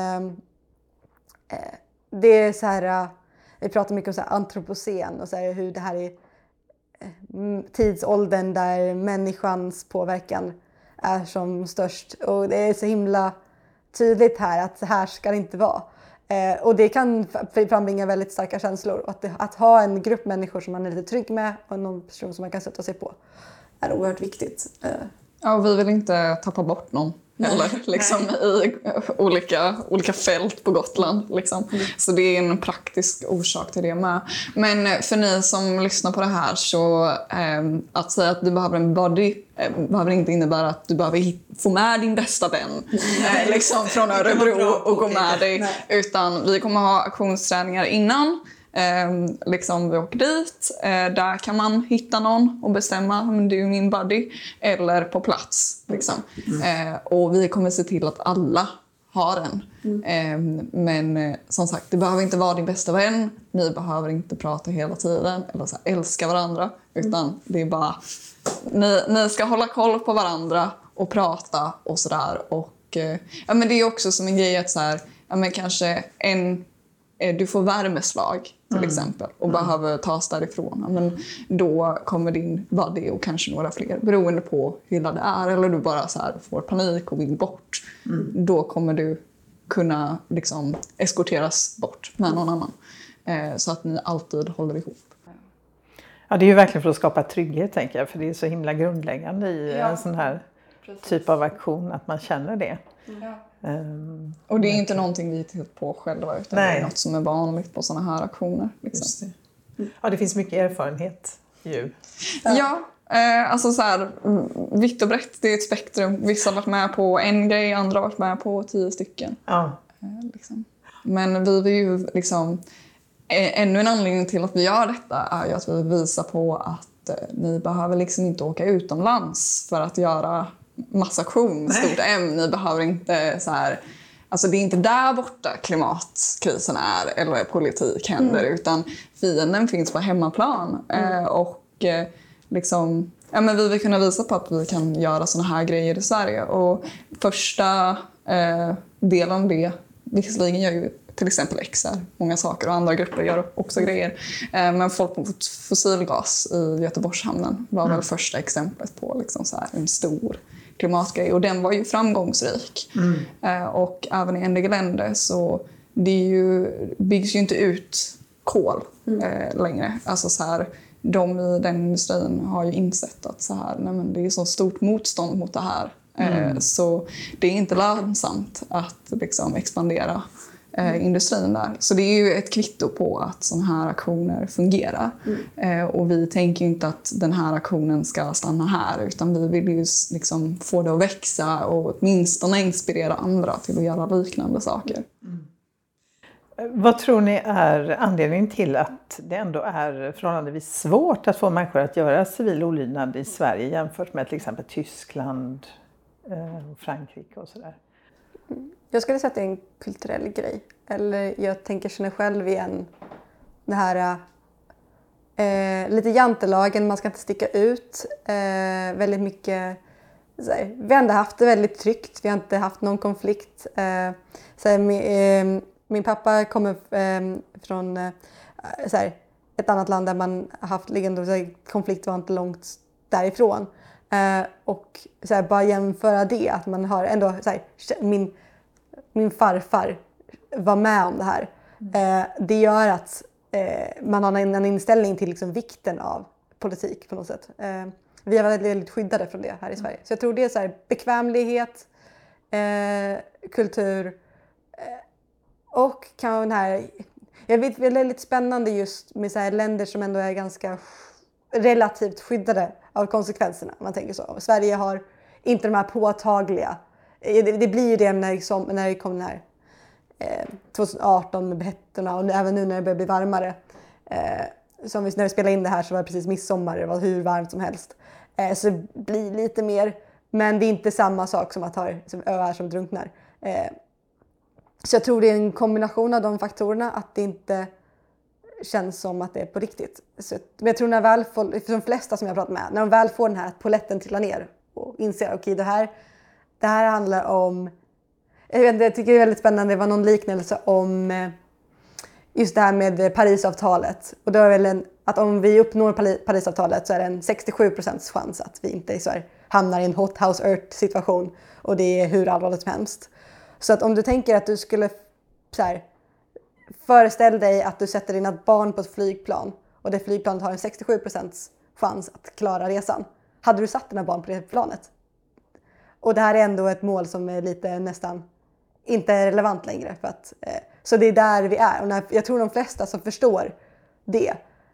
Det är så här, vi pratar mycket om så här antropocen och så här, hur det här är tidsåldern där människans påverkan är som störst. Och det är så himla tydligt här att så här ska det inte vara. Och det kan frambringa väldigt starka känslor. Att ha en grupp människor som man är lite trygg med och någon person som man kan sätta sig på är oerhört viktigt. Ja, och vi vill inte tappa bort någon heller, liksom, i olika fält på Gotland. Liksom. Så det är en praktisk orsak till det med. Men för ni som lyssnar på det här så att säga att du behöver en buddy behöver inte innebära att du behöver få med din bästa vän liksom, från Örebro och gå med dig. Utan vi kommer ha aktionsträningar innan. Liksom vi åker dit, där kan man hitta någon och bestämma om du är min buddy eller på plats liksom. Och vi kommer se till att alla ha den. Men som sagt, det behöver inte vara din bästa vän. Ni behöver inte prata hela tiden eller så här, älska varandra. Utan det är bara, ni ska hålla koll på varandra och prata och sådär. Och ja, men det är också som en grej att så här, ja, men kanske du får värmeslag till exempel och behöver tas därifrån. Ja, men då kommer din buddy och kanske några fler, beroende på hur illa det är. Eller du bara så här får panik och vill bort. Då kommer du kunna liksom eskorteras bort med någon annan. Så att ni alltid håller ihop. Ja, det är ju verkligen för att skapa trygghet, tänker jag. För det är så himla grundläggande i en sån här typ av aktion att man känner det. Och det är inte någonting vi hittar på själva, utan det är något som är vanligt på såna här aktioner. Liksom. Ja, det finns mycket erfarenhet ju. Ja, alltså så här, vitt och brett, det är ett spektrum. Vissa har varit med på en grej, andra har varit med på 10 stycken. Ja. Liksom. Men vi vill ju liksom, ännu en anledning till att vi gör detta är ju att vi visar på att ni behöver liksom inte åka utomlands för att göra massaktion, stort M. Ni behöver inte så här, alltså det är inte där borta klimatkrisen är eller politik händer, utan fienden finns på hemmaplan. Och liksom, ja, men vi vill kunna visa på att vi kan göra såna här grejer i Sverige. Och första delen av det, visserligen gör ju till exempel XR många saker och andra grupper gör också grejer. Men folk mot fossilgas i Göteborgshamnen var väl första exemplet på liksom så här en stor klimatgrej. Och den var ju framgångsrik. Och även i en del länder så byggs ju inte ut kol längre. Alltså så här, de i den industrin har ju insett att så här, nej men det är så stort motstånd mot det här. Så det är inte lönsamt att liksom expandera industrin där. Så det är ju ett kvitto på att sådana här aktioner fungerar. Och vi tänker inte att den här aktionen ska stanna här, utan vi vill ju liksom få det att växa och åtminstone inspirera andra till att göra liknande saker. Vad tror ni är anledningen till att det ändå är förhållandevis svårt att få människor att göra civil olydnad i Sverige jämfört med till exempel Tyskland, Frankrike och sådär? Jag skulle säga att det är en kulturell grej. Eller jag känner själv igen det här lite jantelagen, man ska inte sticka ut. Väldigt mycket, vi har ändå haft det väldigt tryggt, vi har inte haft någon konflikt. Min pappa kommer från ett annat land där man har haft liggande konflikt, var inte långt därifrån. Och bara jämföra det, att man har ändå min farfar var med om det här. Det gör att man har en inställning till liksom vikten av politik på något sätt. Vi är väldigt skyddade från det här i Sverige. Så jag tror det är så här, bekvämlighet, kultur och kan den här, jag vet, det är lite spännande just med så här länder som ändå är ganska relativt skyddade av konsekvenserna, om man tänker så. Sverige har inte de här påtagliga. Det blir ju det när det kom den här 2018 med hettorna, och även nu när det börjar bli varmare. När vi spelade in det här så var det precis midsommar, det var hur varmt som helst. Så det blir lite mer, men det är inte samma sak som att ha som öar som drunknar. Så jag tror det är en kombination av de faktorerna, att det inte känns som att det är på riktigt. Men jag tror när väl för de flesta som jag pratat med, när de väl får den här poletten trilla ner och inser okej, det här handlar om, jag tycker det är väldigt spännande, det var någon liknelse om just det här med Parisavtalet. Och då är väl att om vi uppnår Parisavtalet så är det en 67% chans att vi inte hamnar i en hot house earth situation, och det är hur allvarligt som helst. Så att om du tänker att du skulle föreställ dig att du sätter dina barn på ett flygplan, och det flygplanet har en 67% chans att klara resan. Hade du satt dina barn på det planet? Och det här är ändå ett mål som är lite nästan inte relevant längre. För att, så det är där vi är. Och jag tror de flesta som förstår det,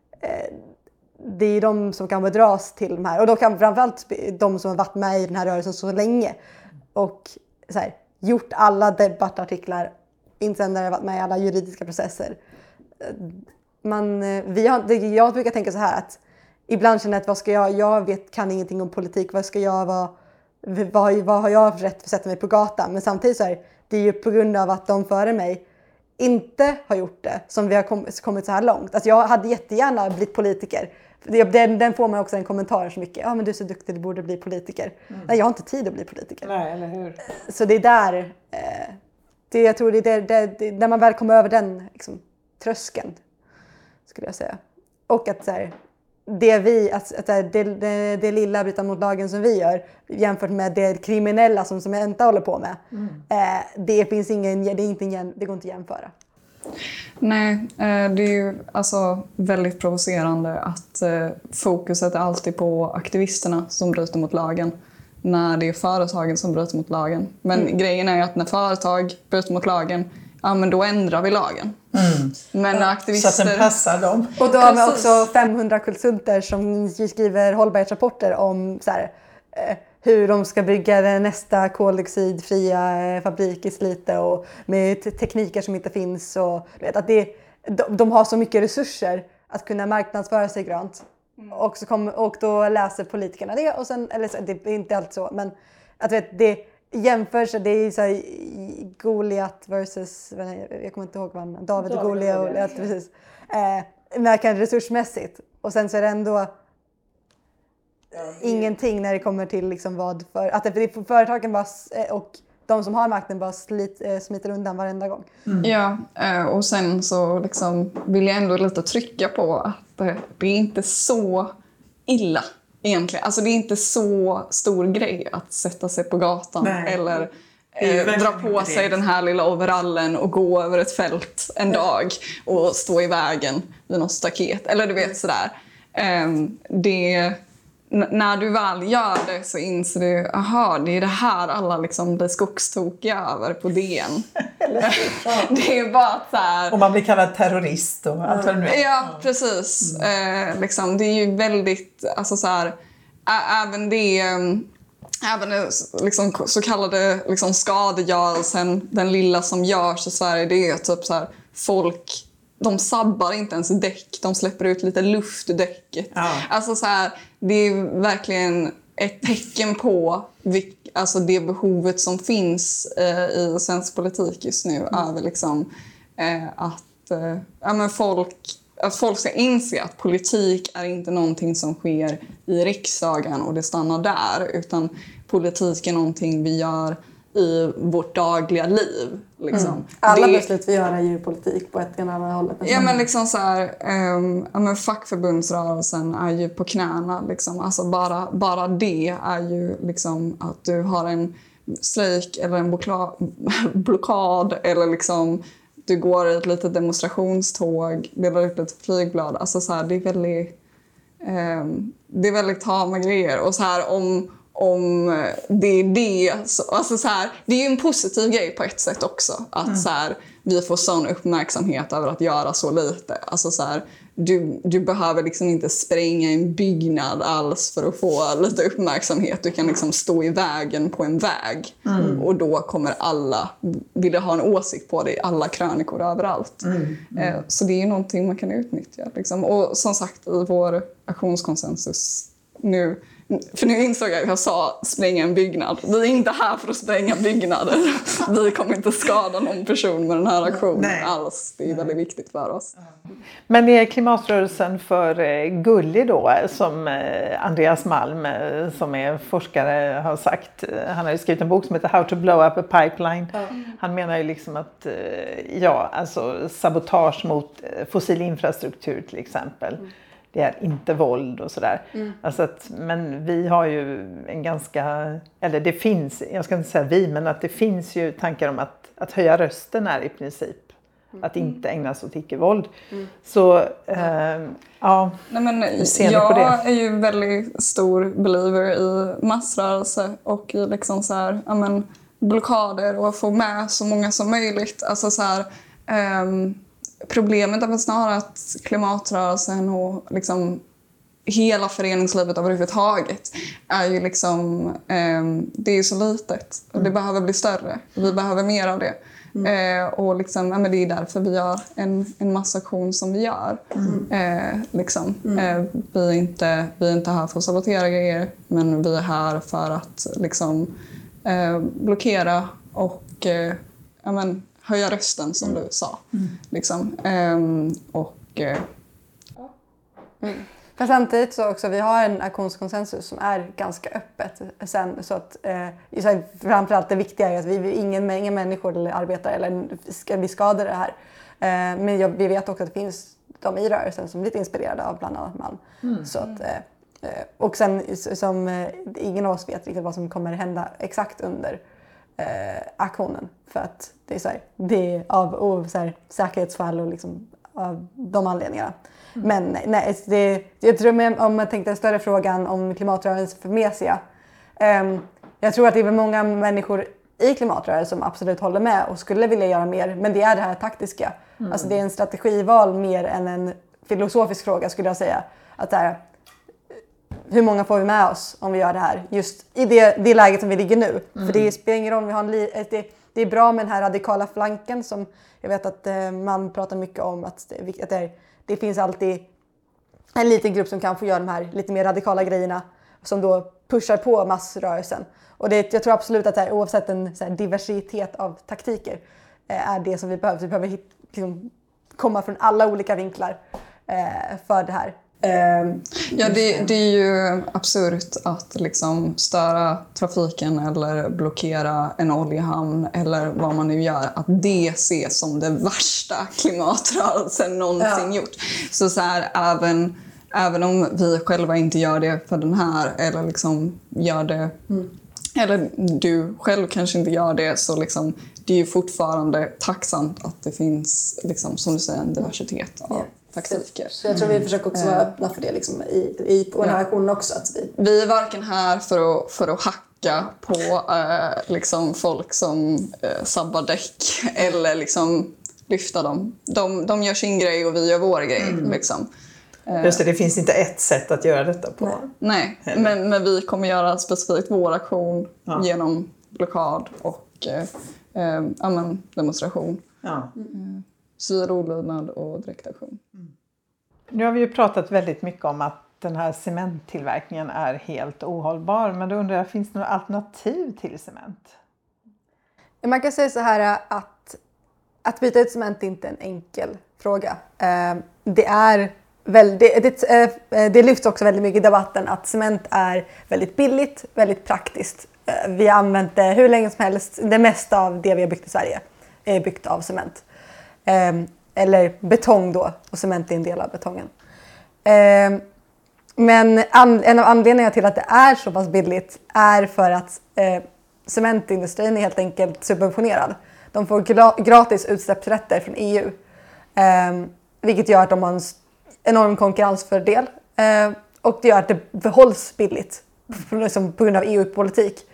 det är de som kan dras till de här. Och då kan framförallt de som har varit med i den här rörelsen så länge. Och gjort alla debattartiklar, insändare, varit med i alla juridiska processer. Jag brukar tänka så här att ibland känner jag att jag kan ingenting om politik. Vad ska jag vara vad har jag rätt för att sätta mig på gatan? Men samtidigt så är det ju på grund av att de före mig inte har gjort det som vi har kommit så här långt. Alltså jag hade jättegärna blivit politiker. Den får man också en kommentar så mycket. Ja, men du är så duktig, du borde bli politiker. Nej, jag har inte tid att bli politiker. Nej, eller hur? Så det är där, jag tror det är när man väl kommer över den liksom, tröskeln, skulle jag säga. Och att så här, det lilla bryta mot lagen som vi gör jämfört med det kriminella som Cementa håller på med. Det går inte att jämföra. Nej, det är ju alltså väldigt provocerande att fokuset är alltid på aktivisterna som bryter mot lagen när det är företagen som bryter mot lagen. Men grejen är ju att när företag bryter mot lagen, ja men då ändrar vi lagen. Men när aktivister... Så att den passar dem. Och då har vi också 500 konsulter som skriver hållbarhetsrapporter om så här, hur de ska bygga nästa koldioxidfria fabrik i Slite och med tekniker som inte finns. Och, att de har så mycket resurser att kunna marknadsföra sig grönt. Och då läser politikerna det. Och sen, eller det är inte allt så, men att det jämförs, det är så här, Goliat versus, jag kommer inte ihåg vad David och Goliat, precis. Men resursmässigt. Och sen så är det ändå ingenting när det kommer till liksom vad för att företagen bara, och de som har makten bara smiter undan varenda gång. Ja, och sen så liksom vill jag ändå lite trycka på att det är inte så illa egentligen. Alltså det är inte så stor grej att sätta sig på gatan. Nej. Eller dra på sig den här lilla overallen och gå över ett fält en dag och stå i vägen vid något staket. Eller du vet sådär. När du väl gör det så inser du, aha, det är det här alla liksom blir skogstokiga över på DN. Det är bara så här... Och man blir kallad terrorist och allt vad det nu är. Ja, precis. Liksom, det är ju väldigt, alltså så här, även liksom, så kallade liksom, skadegörelsen, den lilla som görs i Sverige, det är typ så här, folk... De sabbar inte ens däck, de släpper ut lite luft i däcket. Ja. Alltså så här, det är verkligen ett tecken på alltså det behovet som finns i svensk politik just nu. Över liksom, att folk ska inse att politik är inte någonting som sker i riksdagen och det stannar där. Utan politik är någonting vi gör i vårt dagliga liv. Liksom. Alla beslut vi gör är ju politik på ett eller annat hållet. Ja, men liksom så här, fackförbundsrörelsen är ju på knäna. Liksom. Alltså bara det är ju liksom att du har en strejk eller en blockad eller liksom du går i ett litet demonstrationståg, delar ut ett flygblad. Alltså så här, det är väldigt tama grejer. Och så här, om det är det, alltså så här, det är ju en positiv grej på ett sätt också att så här, vi får sån uppmärksamhet över att göra så lite. Alltså så här, du behöver liksom inte spränga en byggnad alls för att få lite uppmärksamhet. Du kan liksom stå i vägen på en väg och då kommer alla vilja ha en åsikt på det, alla krönikor överallt. Så det är ju någonting man kan utnyttja liksom. Och som sagt, i vår aktionskonsensus nu insåg jag att jag sa spränga en byggnad. Vi är inte här för att spränga byggnader. Vi kommer inte skada någon person med den här aktionen alls. Det är väldigt viktigt för oss. Men är klimatrörelsen för gullig då, som Andreas Malm som är forskare har sagt. Han har ju skrivit en bok som heter How to blow up a pipeline. Han menar ju liksom att alltså sabotage mot fossil infrastruktur till exempel. Det är inte våld och sådär. Alltså men vi har ju en ganska... Eller det finns, jag ska inte säga vi, men att det finns ju tankar om att höja rösten är i princip. Att inte ägna sig åt icke-våld. Så ja, nej, men jag är ju väldigt stor believer i massrörelse och i liksom så här, blockader och få med så många som möjligt. Alltså så här... Problemet är väl snarare att klimatrörelsen och liksom hela föreningslivet överhuvudtaget är ju liksom, det är ju så litet och det behöver bli större. Vi behöver mer av det. Och liksom, men det är därför vi gör en massaktion som vi gör. Liksom. Vi är inte här för att sabotera grejer, men vi är här för att liksom, blockera och höja rösten som du sa. Liksom. Men samtidigt så också, vi har en aktionskonsensus som är ganska öppet sen, så att framförallt det viktiga är att inga människor eller arbetare eller ska bli skadade det här. Men vi vet också att det finns de i rörelsen som blir inspirerade av bland annat Malm. Så att, och sen som ingen av oss vet riktigt vad som kommer hända exakt under aktionen, för att det är så här, det är av så här, säkerhetsfall och liksom av de anledningarna. Men nej, jag tror om man tänkte en större frågan om klimatrörelsen för Mesia. Jag tror att det är många människor i klimatrörelsen som absolut håller med och skulle vilja göra mer. Men det är det här taktiska. Alltså det är en strategival mer än en filosofisk fråga, skulle jag säga. Att det här, hur många får vi med oss om vi gör det här? Just i det läget som vi ligger nu. För det spelar ingen roll om vi har det är bra med den här radikala flanken som jag vet att man pratar mycket om. Att det finns alltid en liten grupp som kan få göra de här lite mer radikala grejerna som då pushar på massrörelsen. Och jag tror absolut att det här, oavsett en så här diversitet av taktiker är det som vi behöver. Vi behöver liksom komma från alla olika vinklar för det här. Ja, det är ju absurt att liksom störa trafiken eller blockera en oljehamn eller vad man nu gör, att det ses som det värsta klimatrörelsen någonsin gjort. Så här, även om vi själva inte gör det för den här eller liksom gör det eller du själv kanske inte gör det, så liksom, det är ju fortfarande tacksamt att det finns liksom, som du säger, en diversitet av taktiker. Så jag tror vi försöker också vara öppna för det liksom, på den här aktionen också. Att vi är varken här för att hacka på liksom, folk som sabbar däck eller liksom, lyfta dem. De gör sin grej och vi gör vår grej. Liksom. Just det finns inte ett sätt att göra detta på. Nej. Men vi kommer göra specifikt vår aktion genom blockad och demonstration. Civil olydnad och direktaktion. Nu har vi ju pratat väldigt mycket om att den här cementtillverkningen är helt ohållbar. Men då undrar jag, finns det några alternativ till cement? Man kan säga så här att byta ut cement är inte en enkel fråga. Det lyfts också väldigt mycket i debatten att cement är väldigt billigt, väldigt praktiskt. Vi har använt det hur länge som helst. Det mesta av det vi har byggt i Sverige är byggt av cement. Eller betong då, och cement är en del av betongen. Men en av anledningarna till att det är så pass billigt är för att cementindustrin är helt enkelt subventionerad. De får gratis utsläppsrätter från EU. Vilket gör att de har en enorm konkurrensfördel. Och det gör att det behålls billigt på grund av EU-politik.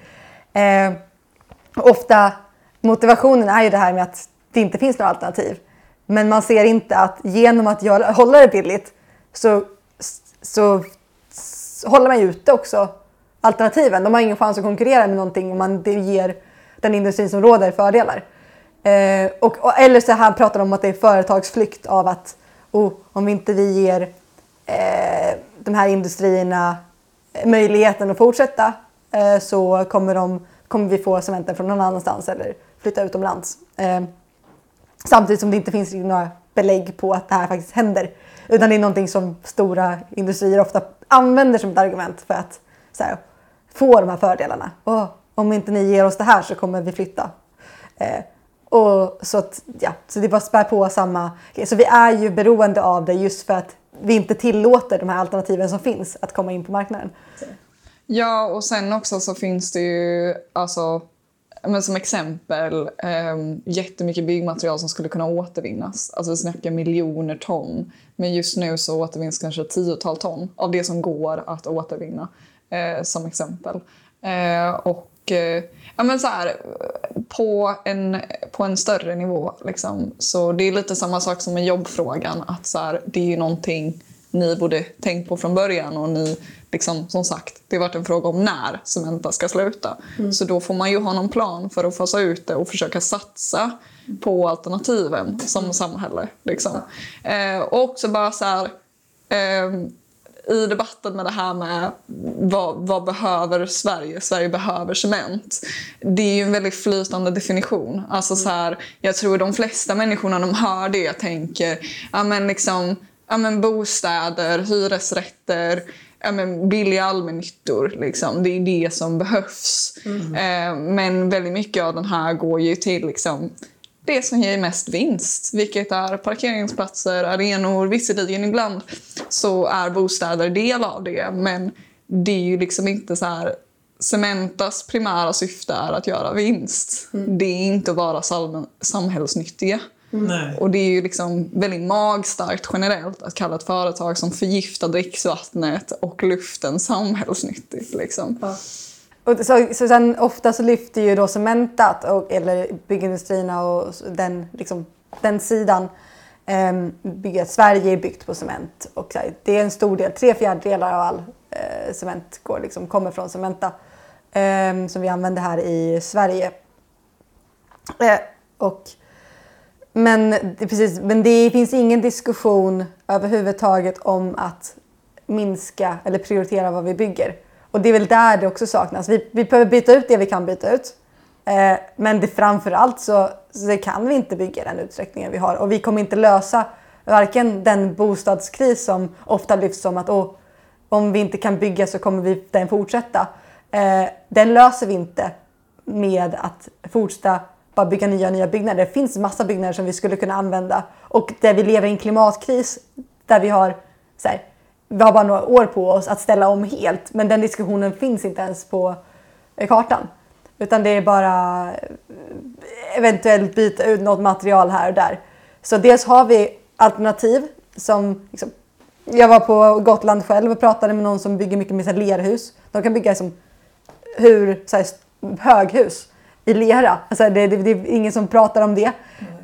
Ofta motivationen är ju det här med att det inte finns några alternativ. Men man ser inte att genom att hålla det billigt så håller man ju ute också alternativen. De har ingen chans att konkurrera med någonting om man ger den industrin som råder fördelar. Eller så här pratar de om att det är företagsflykt av att om inte vi ger de här industrierna möjligheten att fortsätta så kommer vi få cementen från någon annanstans eller flytta utomlands. Samtidigt som det inte finns några belägg på att det här faktiskt händer. Utan det är någonting som stora industrier ofta använder som ett argument för att få de här fördelarna. Om inte ni ger oss det här så kommer vi flytta. Så det bara spär på samma. Så vi är ju beroende av det just för att vi inte tillåter de här alternativen som finns att komma in på marknaden. Ja, och sen också så finns det ju men som exempel jättemycket byggmaterial som skulle kunna återvinnas. Alltså vi snackar miljoner ton. Men just nu så återvinns kanske 10-tal ton av det som går att återvinna som exempel. Men så här, på en större nivå liksom. Så det är lite samma sak som med jobbfrågan, att så här, det är ju någonting ni borde tänkt på från början, och ni liksom, som sagt, det har varit en fråga om när Cementa ska sluta. Så då får man ju ha någon plan för att fasa ut det och försöka satsa på alternativen som samhälle. Liksom. Och också bara så här, i debatten med det här med vad behöver Sverige? Sverige behöver cement. Det är ju en väldigt flytande definition. Alltså så här, jag tror de flesta människorna de hör det tänker bostäder, hyresrätter, billiga allmännyttor. Liksom. Det är det som behövs. Men väldigt mycket av den här går ju till liksom, det som ger mest vinst, vilket är parkeringsplatser, arenor, visserligen ibland så är bostäder del av det, men det är ju liksom inte så här, Cementas primära syfte är att göra vinst. Det är inte att vara samhällsnyttiga. Och det är ju liksom väldigt magstarkt generellt att kalla ett företag som förgiftar dricksvattnet och luften samhällsnyttigt. Liksom. Ja. Och så sen ofta så lyfter ju då Cementa eller byggindustrierna och den sidan Sverige är byggt på cement. Och så här, det är en stor del, 3/4 av all cement kommer från Cementa som vi använder här i Sverige. Men det finns ingen diskussion överhuvudtaget om att minska eller prioritera vad vi bygger. Och det är väl där det också saknas. Vi behöver byta ut det vi kan byta ut. Men framförallt så kan vi inte bygga den utsträckningen vi har. Och vi kommer inte lösa varken den bostadskris som ofta lyfts som att om vi inte kan bygga så kommer den fortsätta. Den löser vi inte med att fortsätta bara bygga nya byggnader. Det finns massa byggnader som vi skulle kunna använda. Och där vi lever i en klimatkris där vi har bara några år på oss att ställa om helt. Men den diskussionen finns inte ens på kartan. Utan det är bara eventuellt byta ut något material här och där. Så dels har vi alternativ som... jag var på Gotland själv och pratade med någon som bygger mycket med lerhus. De kan bygga höghus i lera. Alltså det är ingen som pratar om det.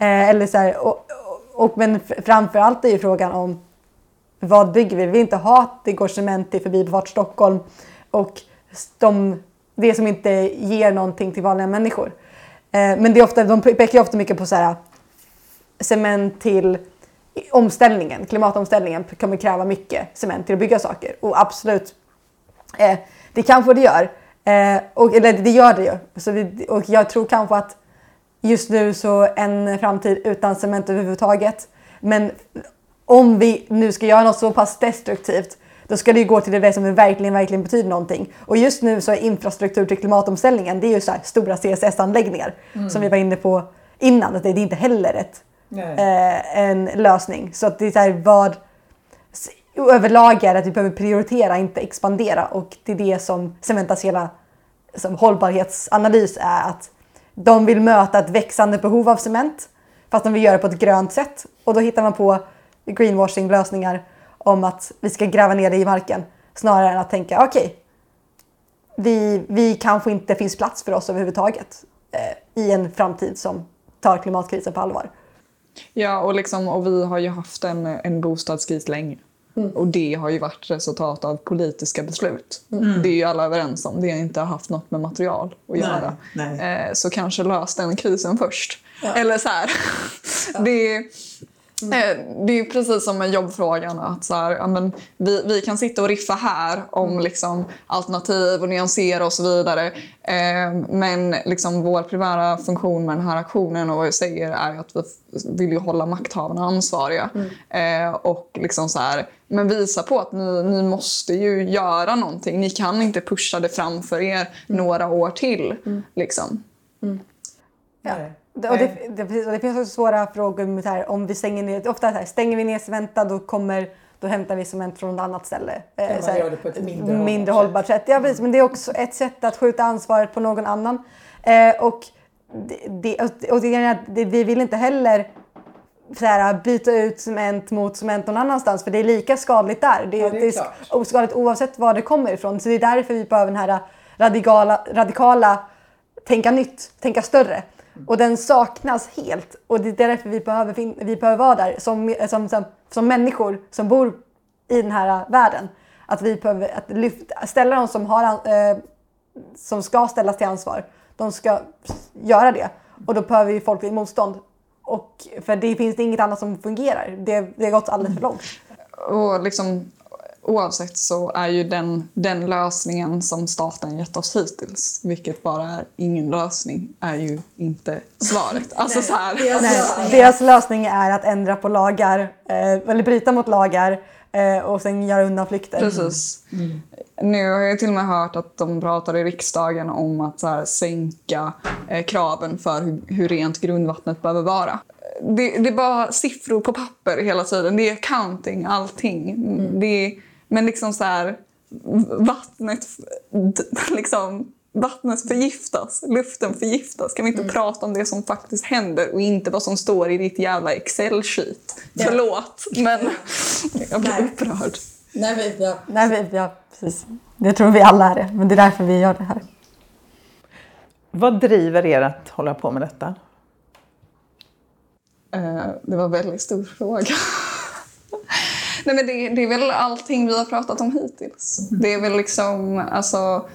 Men framförallt är ju frågan om vad bygger vi? Vi vill inte ha att det går cement i Förbifart Stockholm och det som inte ger någonting till vanliga människor. Men de pekar ju ofta mycket på cement till omställningen. Klimatomställningen kommer kräva mycket cement till att bygga saker. Och absolut, det kanske det gör. Eller det gör det ju. Och jag tror kanske att just nu så en framtid utan cement överhuvudtaget. Men om vi nu ska göra något så pass destruktivt, då ska det ju gå till det som verkligen betyder någonting. Och just nu så är infrastruktur till klimatomställningen, det är ju så här stora CSS-anläggningar som vi var inne på innan. Att det är inte heller en lösning. Så att det är så här, överlag är att vi behöver prioritera, inte expandera. Och det är det som Cementas hela hållbarhetsanalys är, att de vill möta ett växande behov av cement, fast de vill göra det på ett grönt sätt. Och då hittar man på greenwashing-lösningar om att vi ska gräva ner det i marken, snarare än att tänka vi kanske inte finns plats för oss överhuvudtaget i en framtid som tar klimatkrisen på allvar. Ja, och vi har ju haft en bostadskris länge. Och det har ju varit resultat av politiska beslut. Det är ju alla överens om. Det har inte haft något med material att göra. Nej. Så kanske lös den krisen först. Ja. Eller så här. Ja. Det är precis som med jobbfrågan. Att vi kan sitta och riffa här om alternativ och nyansera och så vidare. Men vår primära funktion med den här aktionen och vad jag säger är att vi vill ju hålla makthavarna ansvariga. Och men visa på att ni måste ju göra någonting. Ni kan inte pusha det framför er några år till. Ja. Och det finns också svåra frågor med här, om vi stänger ner, ofta så här, stänger vi ner Cementa, då hämtar vi cement från ett annat ställe. Man gör det på ett mindre hållbart sätt. Ja, precis, men det är också ett sätt att skjuta ansvaret på någon annan. Vi vill inte heller byta ut cement mot cement någon annanstans, för det är lika skadligt där. Det är skadligt oavsett var det kommer ifrån. Så det är därför vi behöver den här radikala tänka nytt, tänka större. Och den saknas helt. Och det är därför vi behöver vara där som människor som bor i den här världen. Att vi behöver ställa dem som ska ställas till ansvar. De ska göra det. Och då behöver vi folk i motstånd. Och för det finns inget annat som fungerar. Det har gått alldeles för långt. Och liksom, oavsett så är ju den lösningen som staten gett oss hittills, vilket bara är ingen lösning, är ju inte svaret. Alltså så här. Deras lösning är att ändra på lagar, eller bryta mot lagar och sen göra undanflykter. Precis. Nu har jag till och med hört att de pratar i riksdagen om att så här, sänka kraven för hur rent grundvattnet behöver vara. Det är bara siffror på papper hela tiden. Det är accounting, allting. Men liksom så här, vattnet förgiftas, luften förgiftas. Kan vi inte prata om det som faktiskt händer och inte vad som står i ditt jävla Excel-sheet? Ja. Förlåt, men jag blir upprörd. Ja, precis. Det tror vi alla är det, men det är därför vi gör det här. Vad driver er att hålla på med detta? Det var en väldigt stor fråga. Nej, men det är väl allting vi har pratat om hittills. Det är väl liksom, alltså,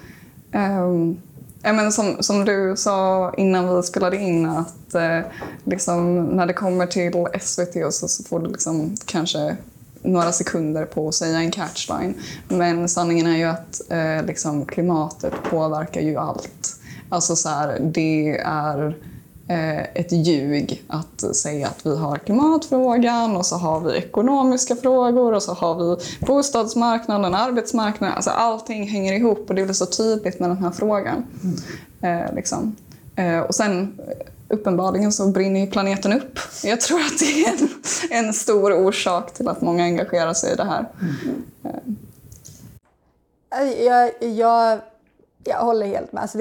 som du sa innan vi spelade in, att liksom, när det kommer till SVT så får du liksom kanske några sekunder på att säga en catchline. Men sanningen är ju att liksom, klimatet påverkar ju allt. Alltså så här, det är ett ljug att säga att vi har klimatfrågan och så har vi ekonomiska frågor och så har vi bostadsmarknaden, arbetsmarknaden. Alltså allting hänger ihop och det blir så tydligt med den här frågan. Liksom. Och sen uppenbarligen så brinner ju planeten upp. Jag tror att det är en stor orsak till att många engagerar sig i det här. Jag håller helt med. Alltså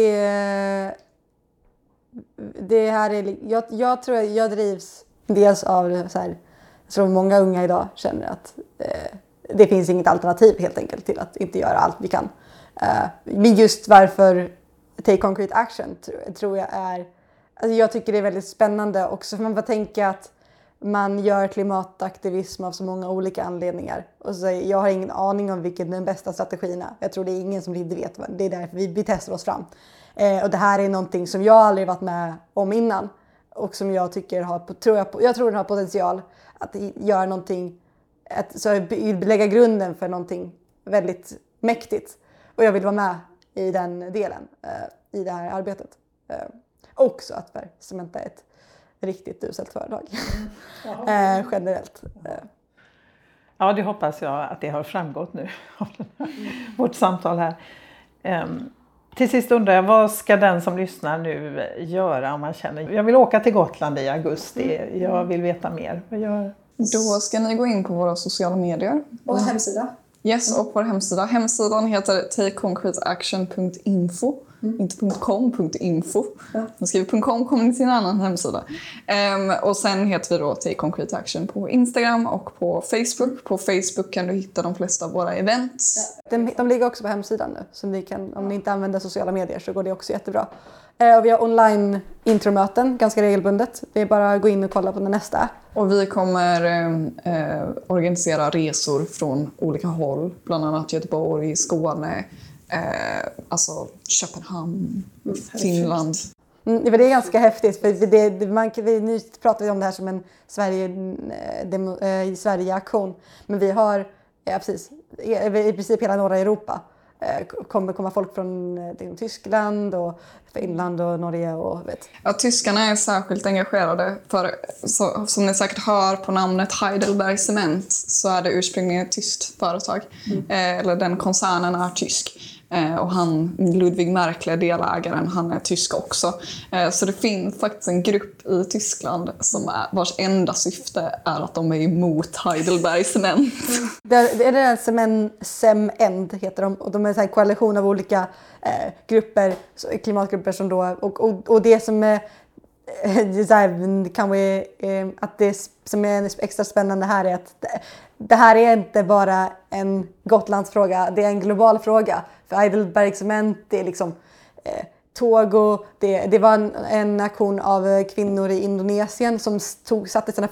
det här är, jag tror att jag drivs dels av så här, så många unga idag känner att det finns inget alternativ helt enkelt till att inte göra allt vi kan. Men just varför Take Concrete Action tror jag är, alltså jag tycker det är väldigt spännande också, för man får tänka att man gör klimataktivism av så många olika anledningar. Och så, jag har ingen aning om vilken den bästa strategin är. Jag tror det är ingen som riktigt vet. Det är därför vi testar oss fram. Och det här är någonting som jag aldrig varit med om innan. Och som jag tycker jag tror den har potential att göra någonting. Så lägga grunden för någonting väldigt mäktigt. Och jag vill vara med i den delen. I det här arbetet. Också att Cementa är ett riktigt uselt företag. Generellt. Ja, det hoppas jag att det har framgått nu. Vårt samtal här. Till sist undrar jag, vad ska den som lyssnar nu göra om man känner, jag vill åka till Gotland i augusti, jag vill veta mer. Vad gör? Då ska ni gå in på våra sociala medier. Och hemsida. Yes, och vår hemsida. Hemsidan heter takeconcreteaction.info. Inte .com.info. Man skriver .com, kommer ni till en annan hemsida. Och sen heter vi då Take Concrete Action på Instagram och på Facebook. På Facebook kan du hitta de flesta av våra events. De ligger också på hemsidan nu. Så ni kan, om ni inte använder sociala medier så går det också jättebra. Och vi har online intromöten ganska regelbundet. Det är bara att gå in och kolla på den nästa. Och vi kommer organisera resor från olika håll. Bland annat Göteborg, Skåne, alltså Köpenhamn, Finland. Det är ganska häftigt. För nu pratar vi om det här som en Sverige-aktion. Men vi har i princip hela norra Europa. Kommer komma folk från Tyskland och Finland och Norge och vet. Ja, tyskarna är särskilt engagerade för, som ni säkert hör på namnet Heidelberg Cement, så är det ursprungligen ett tyskt företag. Eller den koncernen är tysk. Och Ludwig Merkle, delägaren, han är tysk också. Så det finns faktiskt en grupp i Tyskland vars enda syfte är att de är emot Heidelberg Cement. Det är Cement heter de, och de är en koalition av olika grupper, klimatgrupper som då, och det som är att det som är extra spännande här är att det här är inte bara en Gotlandsfråga, det är en global fråga. För Heidelberg Cement, det är liksom Togo, det var en aktion av kvinnor i Indonesien som satte sina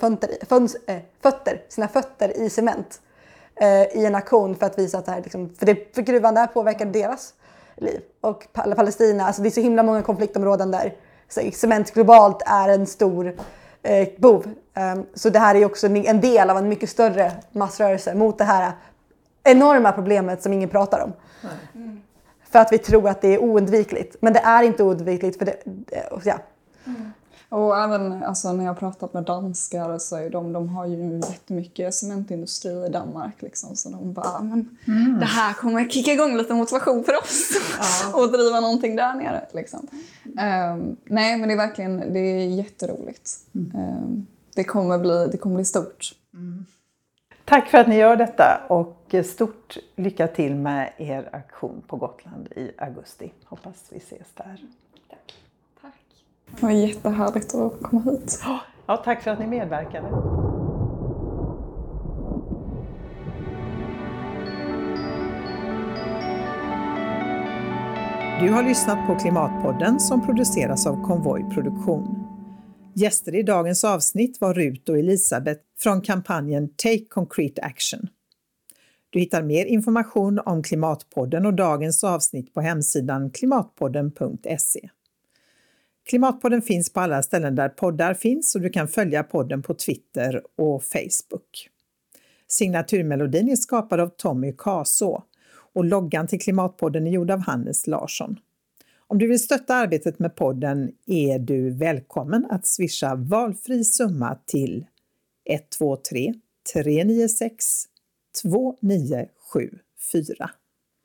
fötter i cement i en aktion för att visa att det här liksom, för gruvan där påverkade deras liv. Och Palestina, alltså det är så himla många konfliktområden där. Så cement globalt är en stor bov. Så det här är också en del av en mycket större massrörelse mot det här enorma problemet som ingen pratar om. För att vi tror att det är oundvikligt. Men det är inte oundvikligt. För det, ja. Och även alltså, när jag pratat med danskar så är de har ju jättemycket cementindustri i Danmark. Liksom, så de bara, det här kommer kicka igång lite motivation för oss. Och driva någonting där nere. Liksom. Nej, men det är verkligen det är jätteroligt. Det kommer bli stort. Tack för att ni gör detta och stort lycka till med er aktion på Gotland i augusti. Hoppas vi ses där. Tack. Det var jättehärligt att komma hit. Ja, tack för att ni medverkade. Du har lyssnat på Klimatpodden som produceras av Konvoj Produktion. Gäster i dagens avsnitt var Rut och Elisabeth från kampanjen Take Concrete Action. Du hittar mer information om Klimatpodden och dagens avsnitt på hemsidan klimatpodden.se. Klimatpodden finns på alla ställen där poddar finns och du kan följa podden på Twitter och Facebook. Signaturmelodin är skapad av Tommy Kaså och loggan till Klimatpodden är gjord av Hannes Larsson. Om du vill stötta arbetet med podden är du välkommen att swisha valfri summa till 123 396 2974.